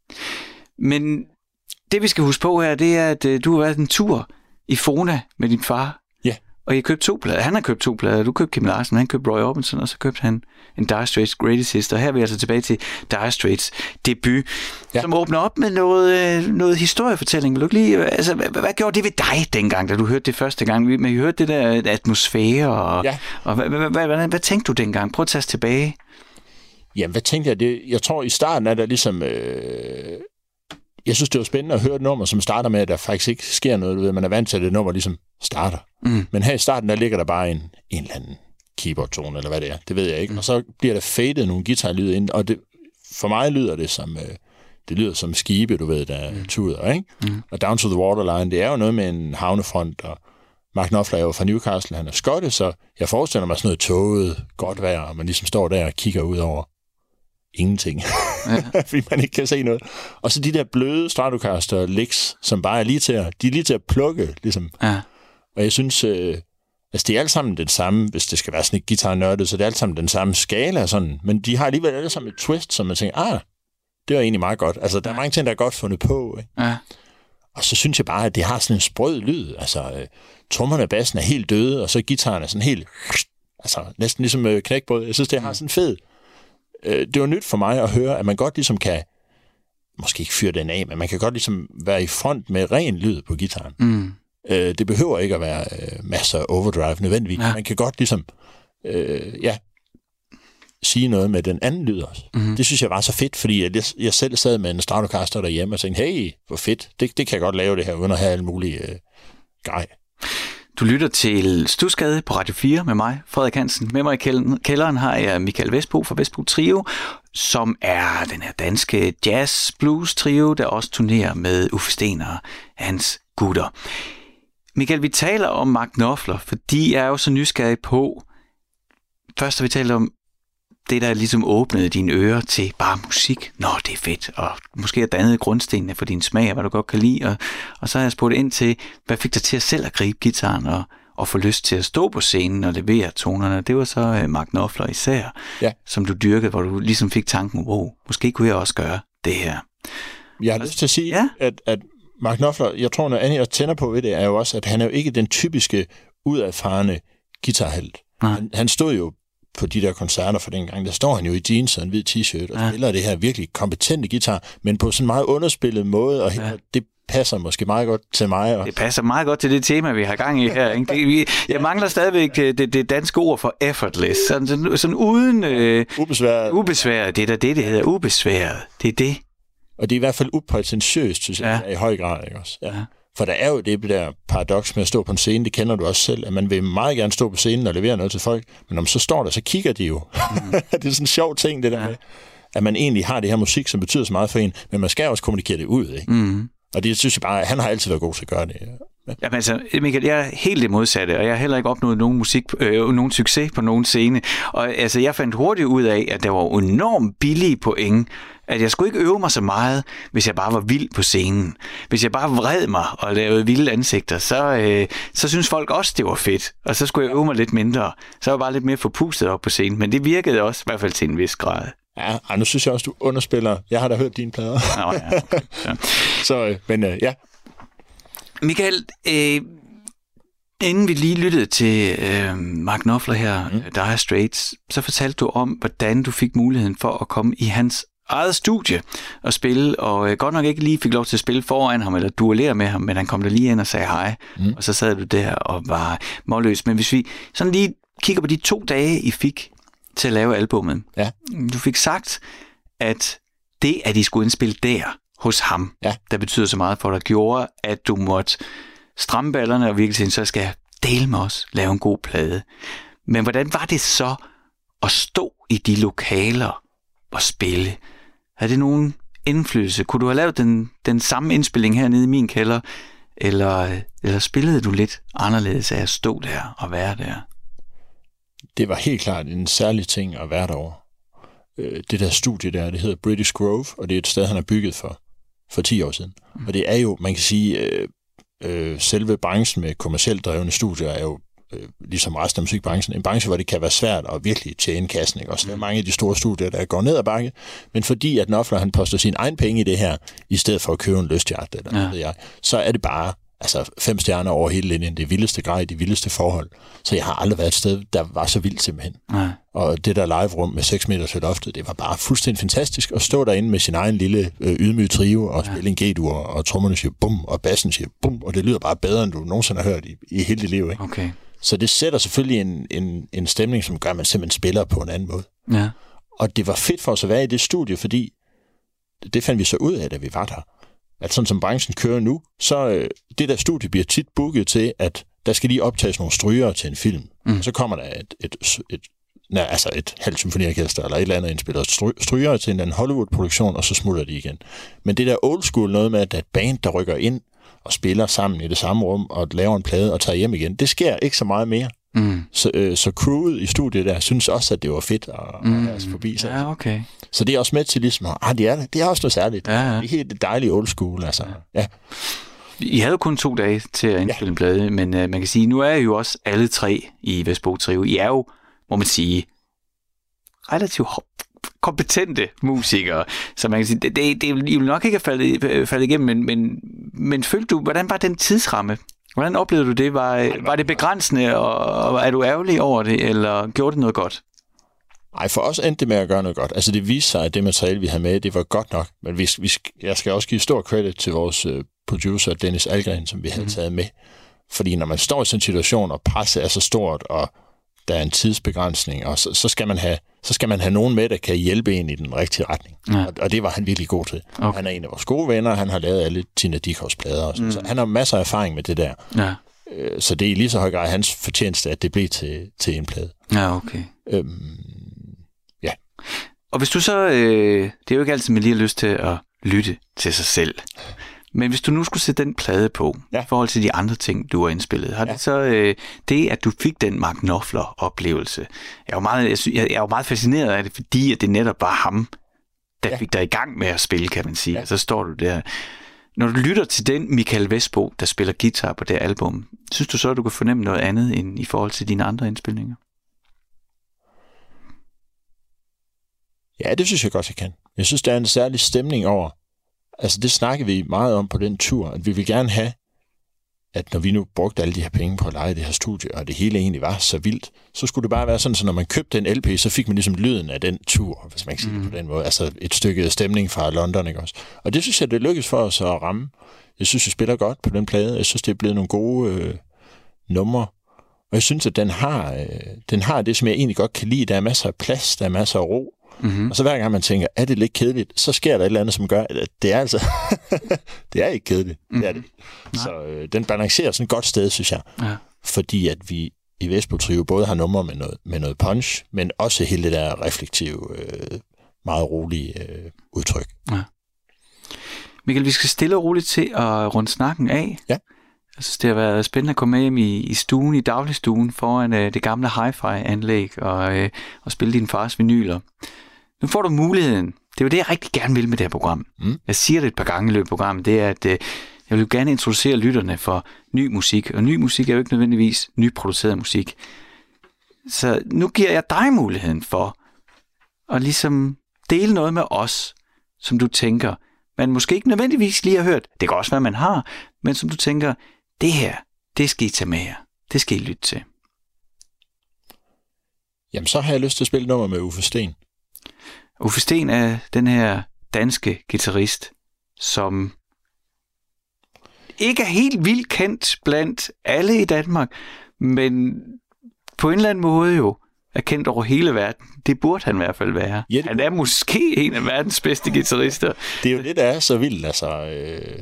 Men det, vi skal huske på her, det er, at uh, du har været en tur i Fona med din far. Ja. Yeah. Og I købte to plader. Han har købt to plader. Du købte Kim Larsen, han købte Roy Orbison, og så købte han en Dire Straits Greatest Hits. Og her er vi altså tilbage til Dire Straits debut, ja. Som åbner op med noget, noget historiefortælling. Vil du lige, altså, hvad, hvad gjorde det ved dig dengang, da du hørte det første gang? Vi, vi hørte det der atmosfære, og, ja. og hvad, hvad, hvad, hvad, hvad tænkte du dengang? Prøv at tage os tilbage. Jamen, hvad tænkte jeg? Det, jeg tror, i starten er der ligesom... Øh... Jeg synes, det var spændende at høre et nummer, som starter med, at der faktisk ikke sker noget. Du ved, man er vant til, at det nummer ligesom starter. Mm. Men her i starten, der ligger der bare en, en eller anden keyboard-tone, eller hvad det er. Det ved jeg ikke. Mm. Og så bliver der fadet nogle guitarlyde ind, og det, for mig lyder det som... Øh, det lyder som skibe, du ved, der mm. tuder, ikke? Mm. Og Down to the Waterline, det er jo noget med en havnefront, og Mark Knopfler er jo fra Newcastle, han er skotte, så jeg forestiller mig sådan noget tåget, godt vejr, og man ligesom står der og kigger ud over ingenting, ja. Fordi man ikke kan se noget. Og så de der bløde Stratocaster licks, som bare er lige til at, de er lige til at plukke, ligesom. Ja. Og jeg synes, øh, altså det er alle sammen den samme, hvis det skal være sådan et guitar-nørdet, så det er alle sammen den samme skala, sådan, men de har alligevel alle sammen et twist, som man tænker, ah, det var egentlig meget godt. Altså, der er mange ting, der er godt fundet på, ikke? Ja. Og så synes jeg bare, at det har sådan en sprød lyd. Altså, øh, trommerne og bassen er helt døde, og så guitaren er sådan helt, altså næsten ligesom øh, knækbrød. Jeg synes, det har sådan fed. Øh, det var nyt for mig at høre, at man godt ligesom kan, måske ikke fyre den af, men man kan godt ligesom være i front med ren lyd på guitaren. Mm. Øh, det behøver ikke at være øh, masser af overdrive nødvendigvis. Ja. Man kan godt ligesom, øh, ja, sige noget med den anden lyd også. Mm-hmm. Det synes jeg var så fedt, fordi jeg, jeg selv sad med en Stratocaster derhjemme og tænkte, hey, hvor fedt, det, det kan jeg godt lave det her, uden at have alle mulige øh, grej. Du lytter til Studsgade på Radio fire med mig, Frederik Hansen. Med mig i kælderen har jeg Michael Vestbo fra Vestbo Trio, som er den her danske jazz-blues-trio, der også turnerer med Uffe Sten og hans gutter. Michael, vi taler om Mark Knopfler, fordi jeg er jo så nysgerrig på, først har vi talt om det, der ligesom åbnede dine ører til bare musik. Nå, det er fedt, og måske har dannet grundstenene for din smag, og hvad du godt kan lide. Og, og så har jeg spurgt ind til, hvad fik dig til at selv at gribe gitaren og, og få lyst til at stå på scenen og levere tonerne. Det var så uh, Mark Knopfler især, ja. Som du dyrkede, hvor du ligesom fik tanken, wow, måske kunne jeg også gøre det her. Jeg har lyst til at sige, ja? at, at Mark Knopfler, jeg tror, noget andet, jeg tænder på ved det, er jo også, at han er jo ikke den typiske udadfarende guitarhelt. Han, han stod jo på de der koncerter for den gang, der står han jo i jeans og en hvid t-shirt og ja. spiller det her virkelig kompetente guitar, men på sådan en meget underspillet måde, og ja. det passer måske meget godt til mig. Og... Det passer meget godt til det tema, vi har gang i her. Ikke? Vi, jeg mangler stadigvæk det, det danske ord for effortless. Sådan, sådan, sådan uden... Øh, ubesværet. Ubesværet, det er da det, det hedder. Ubesværet, det er det. Og det er i hvert fald uprætentiøst, synes jeg, ja. i høj grad. Ikke også? Ja. Ja. For der er jo det der paradoks med at stå på en scene, det kender du også selv, at man vil meget gerne stå på scenen og levere noget til folk, men når man så står der, så kigger de jo. Mm. Det er sådan en sjov ting, det der ja. med, at man egentlig har det her musik, som betyder så meget for en, men man skal også kommunikere det ud, ikke? Mm. Og det synes jeg bare, han har altid været god til at gøre det. Ja. Jamen altså, Michael, jeg er helt det modsatte, og jeg har heller ikke opnået nogen musik, øh, nogen succes på nogen scene. Og altså, jeg fandt hurtigt ud af, at der var enormt billige point, at jeg skulle ikke øve mig så meget, hvis jeg bare var vild på scenen. Hvis jeg bare vred mig og lavede vilde ansigter, så, øh, så synes folk også, det var fedt. Og så skulle jeg øve mig lidt mindre. Så var jeg bare lidt mere forpustet op på scenen. Men det virkede også, i hvert fald til en vis grad. Ja, nu synes jeg også, du underspiller. Jeg har da hørt dine plader. Nå ja, okay. Ja. Så, øh, men øh, ja. Michael, øh, inden vi lige lyttede til øh, Mark Knopfler her, mm. Dire Straits, så fortalte du om, hvordan du fik muligheden for at komme i hans eget studie og spille, og øh, godt nok ikke lige fik lov til at spille foran ham, eller duellere med ham, men han kom der lige ind og sagde hej, mm. og så sad du der og var målløs. Men hvis vi sådan lige kigger på de to dage, I fik til at lave albummet, ja. du fik sagt, at det, at I skulle indspille der hos ham, ja. der betyder så meget for dig, gjorde, at du måtte stramme ballerne og virkelig sige, så skal jeg dele med os, lave en god plade. Men hvordan var det så at stå i de lokaler og spille? Havde det nogen indflydelse? Kunne du have lavet den, den samme indspilling hernede i min kælder, eller, eller spillede du lidt anderledes af at stå der og være der? Det var helt klart en særlig ting at være derovre. Det der studie der, det hedder British Grove, og det er et sted, han har bygget for, for ti år siden. Mm. Og det er jo, man kan sige, øh, øh, selve branchen med kommercielt drevne studier er jo, øh, ligesom resten af musikbranchen, en branche, hvor det kan være svært at virkelig tjene kassen. Ikke? Også der er mange af de store studier, der går ned ad bakke, men fordi at Knopfler, han poster sin egen penge i det her, i stedet for at købe en lystyacht, eller ja. ved jeg, så er det bare altså fem stjerner over hele linjen, det vildeste grej, de vildeste forhold. Så jeg har aldrig været et sted, der var så vildt simpelthen. Nej. Og det der live-rum med seks meter til loftet, det var bare fuldstændig fantastisk at stå derinde med sin egen lille øh, ydmyge trio og ja. spille en G-dur, og trommerne siger bum, og bassen siger bum, og det lyder bare bedre, end du nogensinde har hørt i, i hele dit liv. Ikke? Okay. Så det sætter selvfølgelig en, en, en stemning, som gør, at man simpelthen spiller på en anden måde. Ja. Og det var fedt for os at være i det studie, fordi det fandt vi så ud af, da vi var der. At sådan som branchen kører nu, så øh, det der studie bliver tit booket til, at der skal lige optages nogle strygere til en film. Mm. Og så kommer der et, et, et, et, nej, altså et halvt symfoniorkester eller et eller andet indspillet strygere til en anden Hollywood-produktion, og så smutter de igen. Men det der old school noget med, at der er et band, der rykker ind og spiller sammen i det samme rum og laver en plade og tager hjem igen, det sker ikke så meget mere. Mm. Så, øh, så crewet i studiet der synes også, at det var fedt at, mm. at have os forbi sig. Ja, okay. Så det er også med til ligesom, ah, det er, det er også noget særligt. Ja, ja. Det er helt dejligt old school, altså. Ja. Ja. I havde kun to dage til at indspille ja. en plade, men uh, man kan sige, nu er I jo også alle tre i Vestbo Trio. I er jo, må man sige, relativt kompetente musikere, så man kan sige, det, det, det I vil nok ikke have faldet, faldet igennem, men, men, men følte du, hvordan var den tidsramme? Hvordan oplevede du det? Var, var det begrænsende, og er du ærgerlig over det, eller gjorde det noget godt? Nej, for os endte det med at gøre noget godt. Altså det viste sig, at det materiale, vi havde med, det var godt nok. Men vi, vi, jeg skal også give stor credit til vores uh, producer, Dennis Algren, som vi havde mm. taget med. Fordi når man står i sådan en situation, og presset er så stort, og der er en tidsbegrænsning, og så, så, skal man have, så skal man have nogen med, der kan hjælpe en i den rigtige retning. Ja. Og, og det var han virkelig god til. Okay. Han er en af vores gode venner, han har lavet alle Tina Dickows plader, og sådan, mm. så han har masser af erfaring med det der. Ja. Øh, så det er i lige så høj grad hans fortjeneste, at det blev til, til en plade. Ja, okay. Øhm, ja. Og hvis du så... Øh, det er jo ikke altid, man lige har lyst til at lytte til sig selv. Men hvis du nu skulle sætte den plade på, ja. I forhold til de andre ting, du har indspillet, har ja. det så øh, det, at du fik den Mark Knopfler-oplevelse? Jeg er jo meget, jeg, synes, jeg er jo meget fascineret af det, fordi at det netop var ham, der ja. fik dig i gang med at spille, kan man sige. Ja. Og så står du der. Når du lytter til den Michael Vesbo, der spiller guitar på det album, synes du så, at du kan fornemme noget andet end i forhold til dine andre indspilninger? Ja, det synes jeg godt, jeg kan. Jeg synes, der er en særlig stemning over. Altså, det snakkede vi meget om på den tur, at vi vil gerne have, at når vi nu brugte alle de her penge på at lege det her studie, og det hele egentlig var så vildt, så skulle det bare være sådan, så når man købte en L P, så fik man ligesom lyden af den tur, hvis man kan sige mm. det på den måde. Altså et stykke stemning fra London, ikke også? Og det synes jeg, det lykkedes for os at ramme. Jeg synes, vi spiller godt på den plade. Jeg synes, det er blevet nogle gode øh, numre. Og jeg synes, at den har, øh, den har det, som jeg egentlig godt kan lide. Der er masser af plads, der er masser af ro. Mm-hmm. Og så hver gang man tænker, er det lidt kedeligt, så sker der et eller andet, som gør, at det er altså, det er ikke kedeligt. Mm-hmm. Det er det. Så øh, den balancerer sådan et godt sted, synes jeg. Ja. Fordi at vi i Vesbo Trio både har numre med noget, med noget punch, men også hele det der reflektive, øh, meget rolige øh, udtryk. Ja. Michael, vi skal stille og roligt til at runde snakken af. Ja. Jeg synes, det har været spændende at komme med hjem i, i stuen, i dagligstuen, foran øh, det gamle hi-fi-anlæg og, øh, og spille din fars vinyler. Nu får du muligheden. Det er jo det, jeg rigtig gerne vil med det her program. Mm. Jeg siger det et par gange i løbet af programmet. Det er, at øh, jeg vil gerne introducere lytterne for ny musik. Og ny musik er jo ikke nødvendigvis nyproduceret musik. Så nu giver jeg dig muligheden for at ligesom dele noget med os, som du tænker, man måske ikke nødvendigvis lige har hørt. Det kan også være, man har. Men som du tænker, det her, det skal I tage med jer. Det skal I lytte til. Jamen, så har jeg lyst til at spille nummer med Uffe Sten. Uffe Sten er den her danske guitarist, som ikke er helt vildt kendt blandt alle i Danmark, men på en eller anden måde jo er kendt over hele verden. Det burde han i hvert fald være. Ja, han er måske en af verdens bedste guitarister. Det er jo det, der er så vildt. Altså, øh,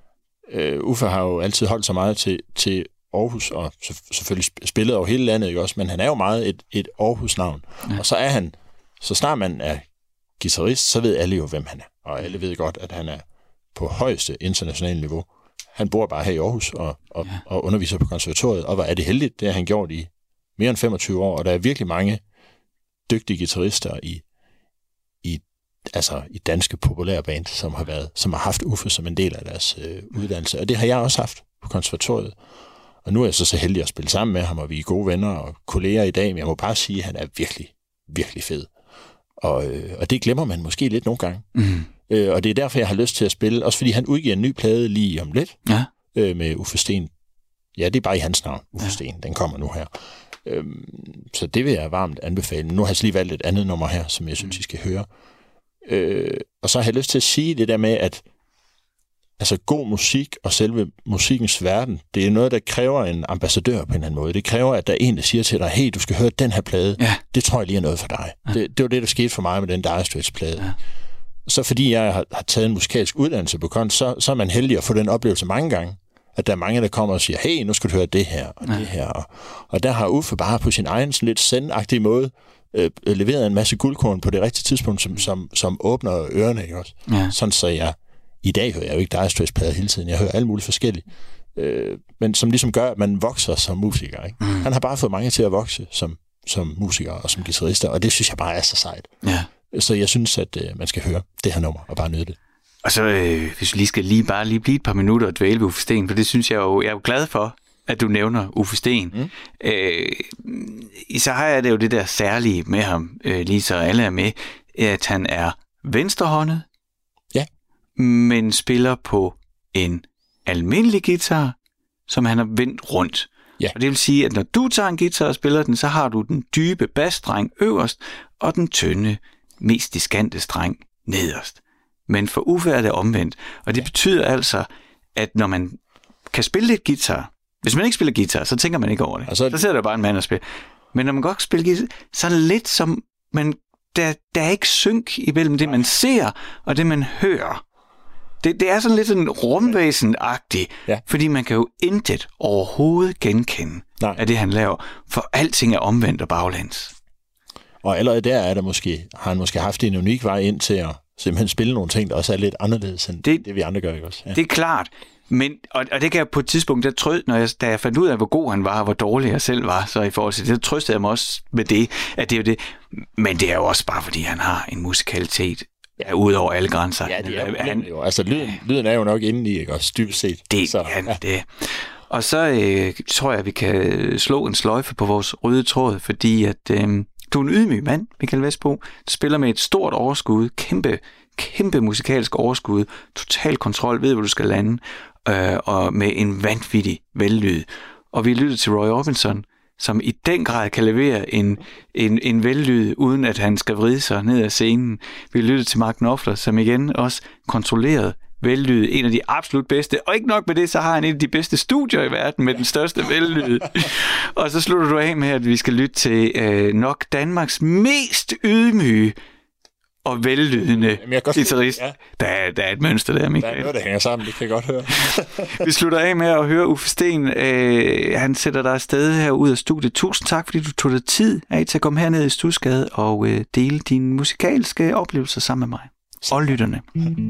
øh, Uffe har jo altid holdt sig meget til, til Aarhus, og selvfølgelig spillet over hele landet, ikke også? Men han er jo meget et, et Aarhus-navn. Ja. Og så er han, så snart man er guitarist, så ved alle jo, hvem han er. Og alle ved godt, at han er på højeste internationale niveau. Han bor bare her i Aarhus og, og, ja. og underviser på konservatoriet, og hvor er det heldigt, det har han gjort i mere end femogtyve år, og der er virkelig mange dygtige guitarister i, i, altså i danske populære band, som har, været, som har haft Uffe som en del af deres øh, uddannelse, og det har jeg også haft på konservatoriet. Og nu er jeg så så heldig at spille sammen med ham, og vi er gode venner og kolleger i dag, men jeg må bare sige, at han er virkelig, virkelig fed. Og, øh, og det glemmer man måske lidt nogle gange. Mm. Øh, og det er derfor, jeg har lyst til at spille, også fordi han udgiver en ny plade lige om lidt, ja. øh, med Uffe Sten. Ja, det er bare i hans navn, Uffe ja. Sten. Den kommer nu her. Øhm, så det vil jeg varmt anbefale. Nu har jeg lige valgt et andet nummer her, som jeg synes, I skal høre. Øh, og så har jeg lyst til at sige det der med, at altså god musik og selve musikkens verden, det er noget, der kræver en ambassadør på en eller anden måde. Det kræver, at der er en, der siger til dig, hey, du skal høre den her plade. Ja. Det tror jeg lige er noget for dig. Ja. Det, det var det, der skete for mig med den Dire Straits-plade. Ja. Så fordi jeg har, har taget en musikalsk uddannelse på kont, så, så er man heldig at få den oplevelse mange gange. At der er mange, der kommer og siger, hey, nu skal du høre det her og ja. det her. Og, og der har Uffe bare på sin egen sådan lidt sendagtige måde øh, leveret en masse guldkorn på det rigtige tidspunkt, som, som, som åbner ørerne, ikke også? Ja. Sådan så jeg, i dag hører jeg jo ikke Dire Straits-plader hele tiden, jeg hører alle mulige forskellige. Øh, men som ligesom gør, at man vokser som musiker, ikke? Mm. Han har bare fået mange til at vokse som, som musikere og som guitarister, og det synes jeg bare er så sejt. Ja. Så jeg synes, at øh, man skal høre det her nummer og bare nyde det. Og så, øh, hvis vi lige skal lige bare lige blive et par minutter og dvæle ved Uffe Sten, for det synes jeg jo, jeg er jo glad for, at du nævner Uffe Sten. Mm. Øh, så har jeg det jo det der særlige med ham, øh, lige så alle er med, at han er venstrehåndet, ja. men spiller på en almindelig guitar, som han har vendt rundt. Ja. Og det vil sige, at når du tager en guitar og spiller den, så har du den dybe basstreng øverst, og den tynde, mest diskante streng nederst. Men for Uffe er det omvendt. Og det ja. betyder altså, at når man kan spille lidt guitar, hvis man ikke spiller guitar, så tænker man ikke over det. Altså, så ser der bare en mand og spille. Men når man godt kan spille guitar, så er det lidt som, man, der, der er ikke synk imellem det, man ser, og det, man hører. Det, det er sådan lidt sådan rumvæsen-agtigt, ja. fordi man kan jo intet overhovedet genkende Nej. af det, han laver, for alting er omvendt og baglæns. Og allerede der er der måske, har han måske haft en unik vej ind til at simpelthen spille nogle ting, der også er lidt anderledes end det, det vi andre gør, ikke også? Ja. Det er klart, men, og, og det kan jeg på et tidspunkt, der trød, når jeg, da jeg fandt ud af, hvor god han var, og hvor dårlig jeg selv var, så i forhold til det, så trøstede jeg mig også med det, at det er jo det. Men det er jo også bare, fordi han har en musikalitet, ja, ud over alle grænser. Ja, det er jo, han, jo. Altså, lyden, lyden er jo nok inde i, ikke også, dybest set. Det så, han, ja. det. Og så øh, tror jeg, at vi kan slå en sløjfe på vores røde tråd, fordi at øh, du er en ydmyg mand, Michael Vesbo. Du spiller med et stort overskud, kæmpe, kæmpe musikalsk overskud, total kontrol, ved hvor du skal lande, øh, og med en vanvittig vellyd. Og vi lytter til Roy Orbison, som i den grad kan levere en, en, en vellyd, uden at han skal vride sig ned ad scenen. Vi lytter til Mark Knopfler, som igen også kontrolleret vellyd, en af de absolut bedste. Og ikke nok med det, så har han en af de bedste studier i verden med den største vellyd. Og så slutter du af med, at vi skal lytte til øh, nok Danmarks mest ydmyge og vellydende guitarist. Ja. Der, er, der er et mønster der, Michael. Der er noget, der hænger sammen, det kan jeg godt høre. Vi slutter af med at høre Uffe Sten. Øh, han sætter dig afsted her ud af studiet. Tusind tak, fordi du tog dig tid af til at komme herned i Studsgade og øh, dele dine musikalske oplevelser sammen med mig og lytterne.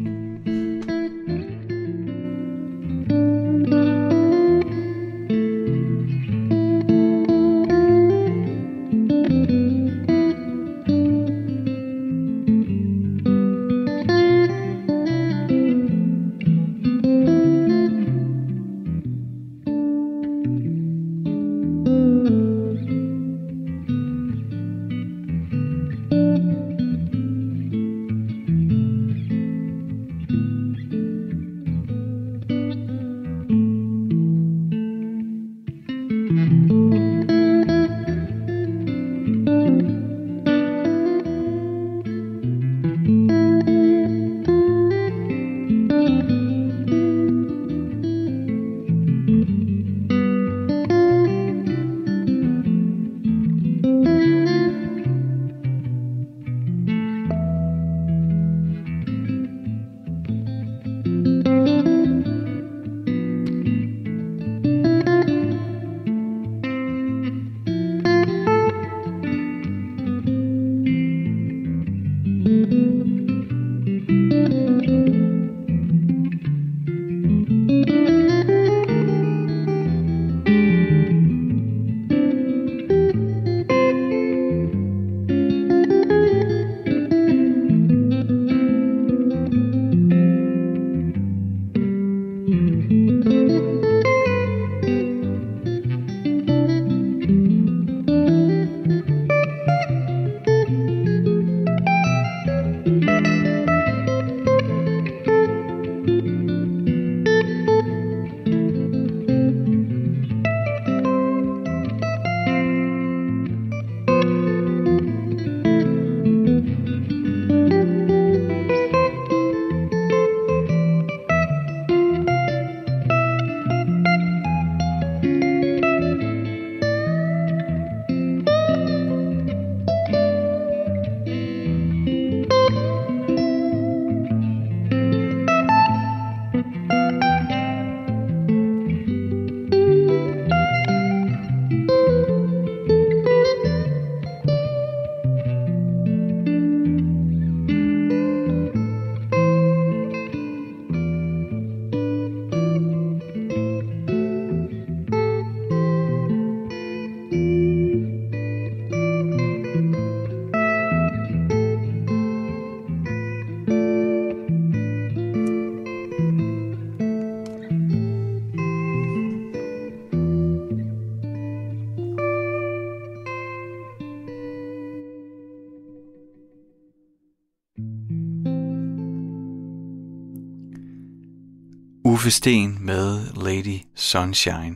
Uffe Sten med Lady Sunshine.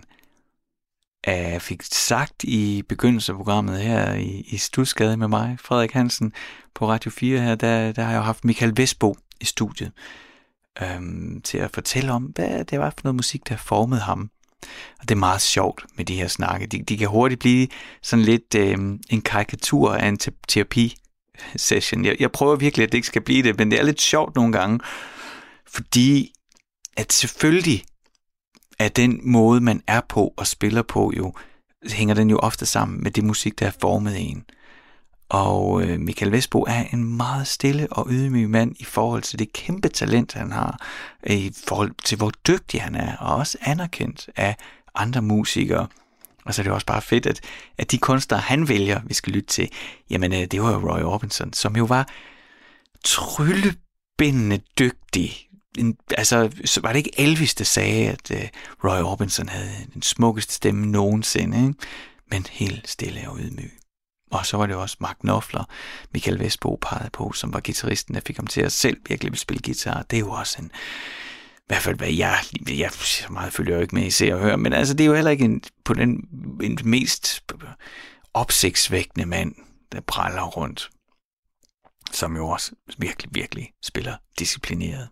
Jeg fik sagt i begyndelsen af programmet her i, i Studsgade med mig, Frederik Hansen, på Radio fire her, der, der har jeg jo haft Michael Vesbo i studiet øhm, til at fortælle om, hvad det var for noget musik, der formede ham. Og det er meget sjovt med de her snakke. De, de kan hurtigt blive sådan lidt øhm, en karikatur af en terapi-session. Jeg, jeg prøver virkelig, at det ikke skal blive det, men det er lidt sjovt nogle gange, fordi at selvfølgelig er den måde, man er på og spiller på, jo hænger den jo ofte sammen med det musik, der er formet en. Og øh, Michael Vesbo er en meget stille og ydmyg mand i forhold til det kæmpe talent, han har, i forhold til hvor dygtig han er, og også anerkendt af andre musikere. Og så er det også bare fedt, at, at de kunstnere, han vælger, vi skal lytte til, jamen øh, det var jo Roy Orbison, som jo var tryllebindende dygtig. En, altså, så var det ikke Elvis, der sagde, at øh, Roy Orbison havde den smukkeste stemme nogensinde, ikke? Men helt stille og ydmyg. Og så var det også Mark Knopfler, Michael Vesbo pegede på, som var guitaristen, der fik ham til at selv virkelig vil spille guitar. Det er jo også en, i hvert fald hvad jeg, jeg så meget følger jo ikke med i Se og Hør, men altså det er jo heller ikke en, på den en mest opsigtsvækkende mand, der praller rundt, som jo også virkelig, virkelig spiller disciplineret.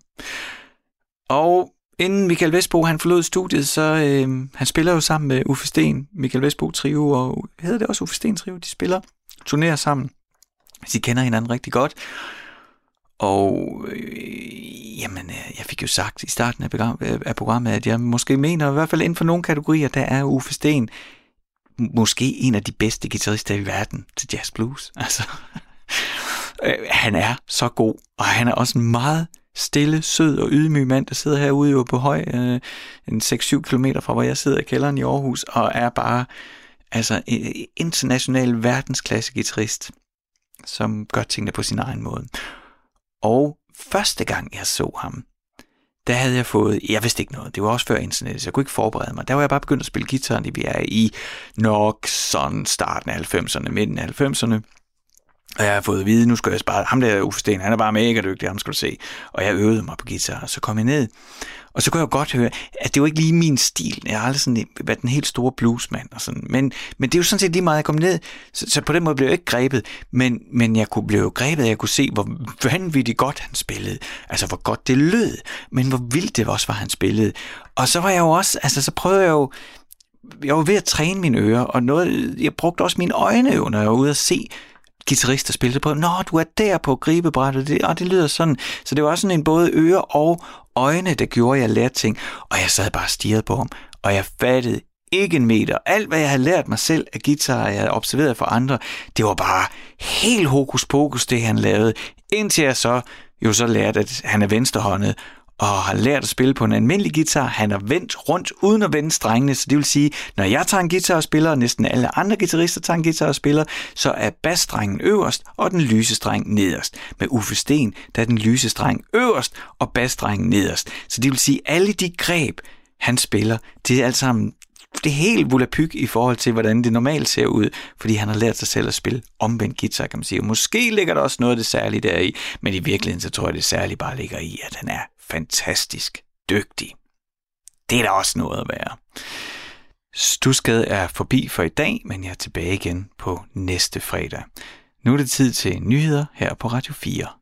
Og inden Michael Vesbo han forlod studiet, så øh, han spiller jo sammen med Uffe Sten, Michael Vesbo Trio, og hedder det også Uffe Sten Trio, de spiller, turnerer sammen. De kender hinanden rigtig godt. Og øh, jamen, jeg fik jo sagt i starten af, program, af programmet, at jeg måske mener, i hvert fald inden for nogle kategorier, der er Uffe Sten måske en af de bedste guitarister i verden til jazz blues. Altså, øh, han er så god, og han er også en meget stille, sød og ydmyg mand, der sidder herude jo på høj, øh, en seks syv kilometer fra, hvor jeg sidder i kælderen i Aarhus, og er bare altså en international verdensklasse guitarist, som gør tingene på sin egen måde. Og første gang jeg så ham, der havde jeg fået, jeg vidste ikke noget, det var også før internettet, så jeg kunne ikke forberede mig. Der var jeg bare begyndt at spille guitar, vi er i nok sådan starten af halvfemserne, midten af halvfemserne. Og jeg har fået at vide, nu skal jeg bare, ham der Uffe Sten, han er bare mega dygtig, ham skal du se. Og jeg øvede mig på guitar, og så kom jeg ned. Og så kunne jeg godt høre, at det var ikke lige min stil. Jeg har aldrig sådan været den helt store bluesmand og sådan. Men, men det er jo sådan set lige meget, jeg kom ned. Så, så på den måde blev jeg ikke grebet. Men, men jeg kunne blive grebet, jeg kunne se, hvor vanvittigt godt han spillede. Altså, hvor godt det lød. Men hvor vildt det også var, han spillede. Og så var jeg jo også, altså så prøvede jeg jo, jeg var ved at træne mine ører, og noget, jeg brugte også mine øjne jo, når jeg var ude at se guitarister spillede på, nå, du er der på gribebrættet, det, og det lyder sådan. Så det var sådan en både øre og øjne, der gjorde, at jeg lærte ting, og jeg sad bare og stirrede på ham, og jeg fattede ikke en meter. Alt, hvad jeg havde lært mig selv af guitar, jeg havde observeret for andre, det var bare helt hokus pokus, det han lavede, indtil jeg så jo så lærte, at han er venstrehåndet, og har lært at spille på en almindelig guitar. Han har vendt rundt uden at vende strengene, så det vil sige, når jeg tager en guitar og spiller, og næsten alle andre guitarister tager en guitar og spiller, så er basstrengen øverst, og den lyse streng nederst. Med Uffe Sten, der er den lyse streng øverst, og basstrengen nederst. Så det vil sige, alle de greb, han spiller, det er alt sammen det er helt volapyk i forhold til, hvordan det normalt ser ud, fordi han har lært sig selv at spille omvendt guitar, kan man sige. Og måske ligger der også noget af det særlige deri, men i virkeligheden, så tror jeg, det særlige bare ligger i, at han er fantastisk dygtig. Det er da også noget at være. Studsgade er forbi for i dag, men jeg er tilbage igen på næste fredag. Nu er det tid til nyheder her på Radio fire.